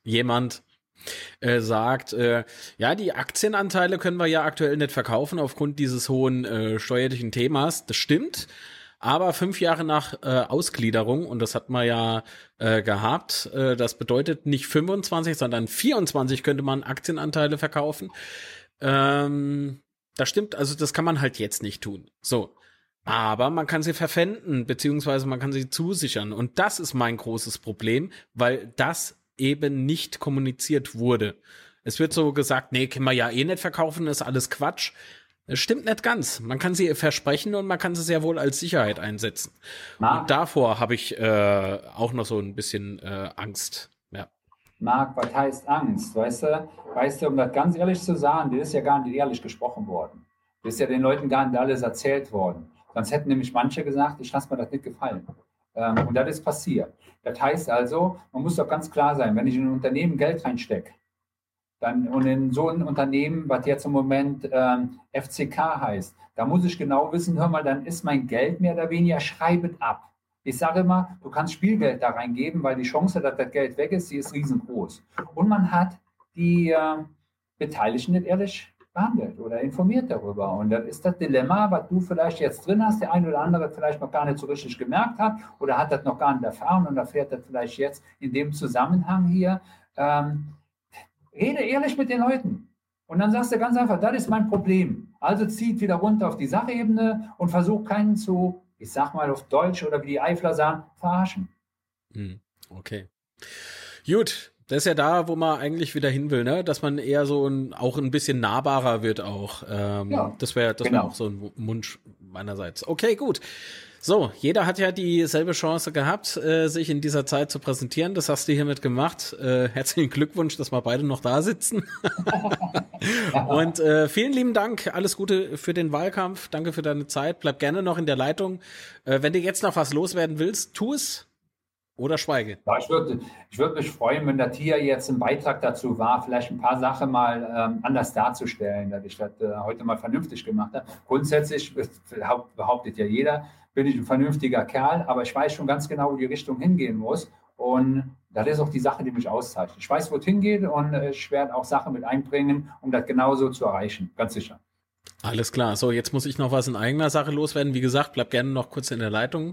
sagt, ja, die Aktienanteile können wir ja aktuell nicht verkaufen aufgrund dieses hohen steuerlichen Themas. Das stimmt. Aber 5 Jahre nach Ausgliederung, und das hat man ja gehabt, das bedeutet nicht 25, sondern 24 könnte man Aktienanteile verkaufen. Das stimmt, also das kann man halt jetzt nicht tun. So, aber man kann sie verpfänden, beziehungsweise man kann sie zusichern. Und das ist mein großes Problem, weil das eben nicht kommuniziert wurde. Es wird so gesagt, nee, können wir ja eh nicht verkaufen, ist alles Quatsch. Das stimmt nicht ganz. Man kann sie versprechen und man kann sie sehr wohl als Sicherheit einsetzen. Marc, und davor habe ich auch noch so ein bisschen Angst. Ja. Marc, was heißt Angst? Weißt du, um das ganz ehrlich zu sagen, das ist ja gar nicht ehrlich gesprochen worden. Das ist ja den Leuten gar nicht alles erzählt worden. Sonst hätten nämlich manche gesagt, ich lasse mir das nicht gefallen. Und das ist passiert. Das heißt also, man muss doch ganz klar sein, wenn ich in ein Unternehmen Geld reinstecke, und in so ein Unternehmen, was jetzt im Moment FCK heißt, da muss ich genau wissen, hör mal, dann ist mein Geld mehr oder weniger schreibend ab. Ich sage immer, du kannst Spielgeld da reingeben, weil die Chance, dass das Geld weg ist, die ist riesengroß. Und man hat die Beteiligten nicht ehrlich behandelt oder informiert darüber. Und das ist das Dilemma, was du vielleicht jetzt drin hast, der eine oder andere vielleicht noch gar nicht so richtig gemerkt hat oder hat das noch gar nicht erfahren und erfährt das vielleicht jetzt in dem Zusammenhang hier. Rede ehrlich mit den Leuten. Und dann sagst du ganz einfach, das ist mein Problem. Also zieht wieder runter auf die Sachebene und versucht keinen zu, ich sag mal auf Deutsch oder wie die Eifler sagen, verarschen. Okay. Gut, das ist ja da, wo man eigentlich wieder hin will, ne? Dass man eher so auch ein bisschen nahbarer wird auch. Ja, das wäre auch so ein Wunsch meinerseits. Okay, gut. So, jeder hat ja dieselbe Chance gehabt, sich in dieser Zeit zu präsentieren. Das hast du hiermit gemacht. Herzlichen Glückwunsch, dass wir beide noch da sitzen. Und vielen lieben Dank. Alles Gute für den Wahlkampf. Danke für deine Zeit. Bleib gerne noch in der Leitung. Wenn du jetzt noch was loswerden willst, tu es oder schweige. Ja, ich würde mich freuen, wenn der Tier jetzt ein Beitrag dazu war, vielleicht ein paar Sachen mal anders darzustellen, dass ich das heute mal vernünftig gemacht habe. Grundsätzlich behauptet ja jeder, bin ich ein vernünftiger Kerl, aber ich weiß schon ganz genau, wo die Richtung hingehen muss. Und das ist auch die Sache, die mich auszeichnet. Ich weiß, wo es hingeht und ich werde auch Sachen mit einbringen, um das genauso zu erreichen. Ganz sicher. Alles klar. So, jetzt muss ich noch was in eigener Sache loswerden. Wie gesagt, bleib gerne noch kurz in der Leitung.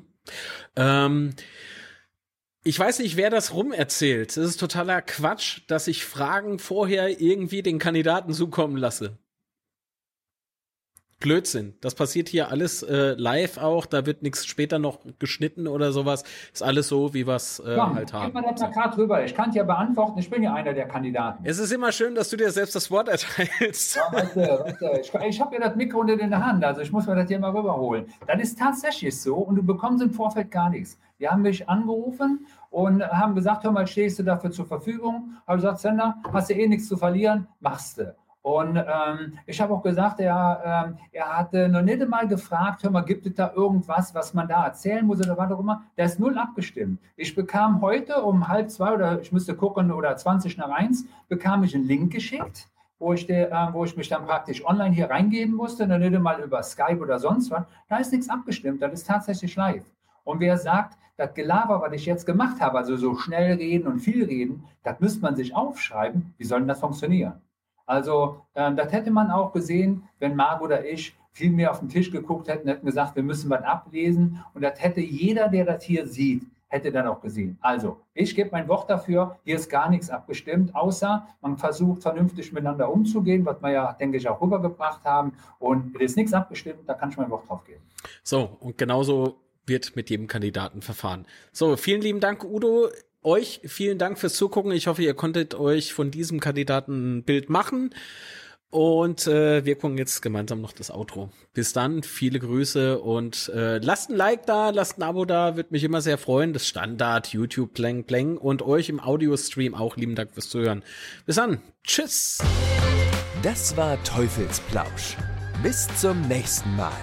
Ich weiß nicht, wer das rumerzählt. Das ist totaler Quatsch, dass ich Fragen vorher irgendwie den Kandidaten zukommen lasse. Blödsinn. Das passiert hier alles live auch. Da wird nichts später noch geschnitten oder sowas. Ist alles so, wie wir es halt haben. Gib mal das Plakat rüber. Ich kann es ja beantworten. Ich bin ja einer der Kandidaten. Es ist immer schön, dass du dir selbst das Wort erteilst. Ja, weißt du, ich habe ja das Mikro nicht in der Hand. Also ich muss mir das hier mal rüberholen. Das ist tatsächlich so und du bekommst im Vorfeld gar nichts. Die haben mich angerufen und haben gesagt, hör mal, stehst du dafür zur Verfügung? Habe ich gesagt, Sender, hast du eh nichts zu verlieren, machst du. Und ich habe auch gesagt, er hatte noch nicht einmal gefragt, hör mal, gibt es da irgendwas, was man da erzählen muss oder was auch immer. Der ist null abgestimmt. Ich bekam heute um 1:30 oder ich müsste gucken, oder 1:20, bekam ich einen Link geschickt, wo ich mich dann praktisch online hier reingeben musste, noch nicht einmal über Skype oder sonst was. Da ist nichts abgestimmt, das ist tatsächlich live. Und wer sagt, das Gelaber, was ich jetzt gemacht habe, also so schnell reden und viel reden, das müsste man sich aufschreiben, wie soll denn das funktionieren? Also das hätte man auch gesehen, wenn Marc oder ich viel mehr auf den Tisch geguckt hätten, hätten gesagt, wir müssen was ablesen. Und das hätte jeder, der das hier sieht, hätte dann auch gesehen. Also ich gebe mein Wort dafür, hier ist gar nichts abgestimmt, außer man versucht vernünftig miteinander umzugehen, was wir ja, denke ich, auch rübergebracht haben. Und es ist nichts abgestimmt, da kann ich mein Wort drauf geben. So, und genauso wird mit jedem Kandidaten verfahren. So, vielen lieben Dank, Udo. Euch vielen Dank fürs Zugucken. Ich hoffe, ihr konntet euch von diesem Kandidaten ein Bild machen. Und wir gucken jetzt gemeinsam noch das Outro. Bis dann, viele Grüße und lasst ein Like da, lasst ein Abo da, würde mich immer sehr freuen. Das Standard, YouTube, Pläng, Pläng. Und euch im Audiostream auch lieben Dank fürs Zuhören. Bis dann, tschüss. Das war Teufelsplausch. Bis zum nächsten Mal.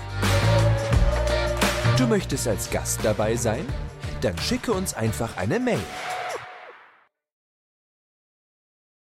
Du möchtest als Gast dabei sein? Dann schicke uns einfach eine Mail.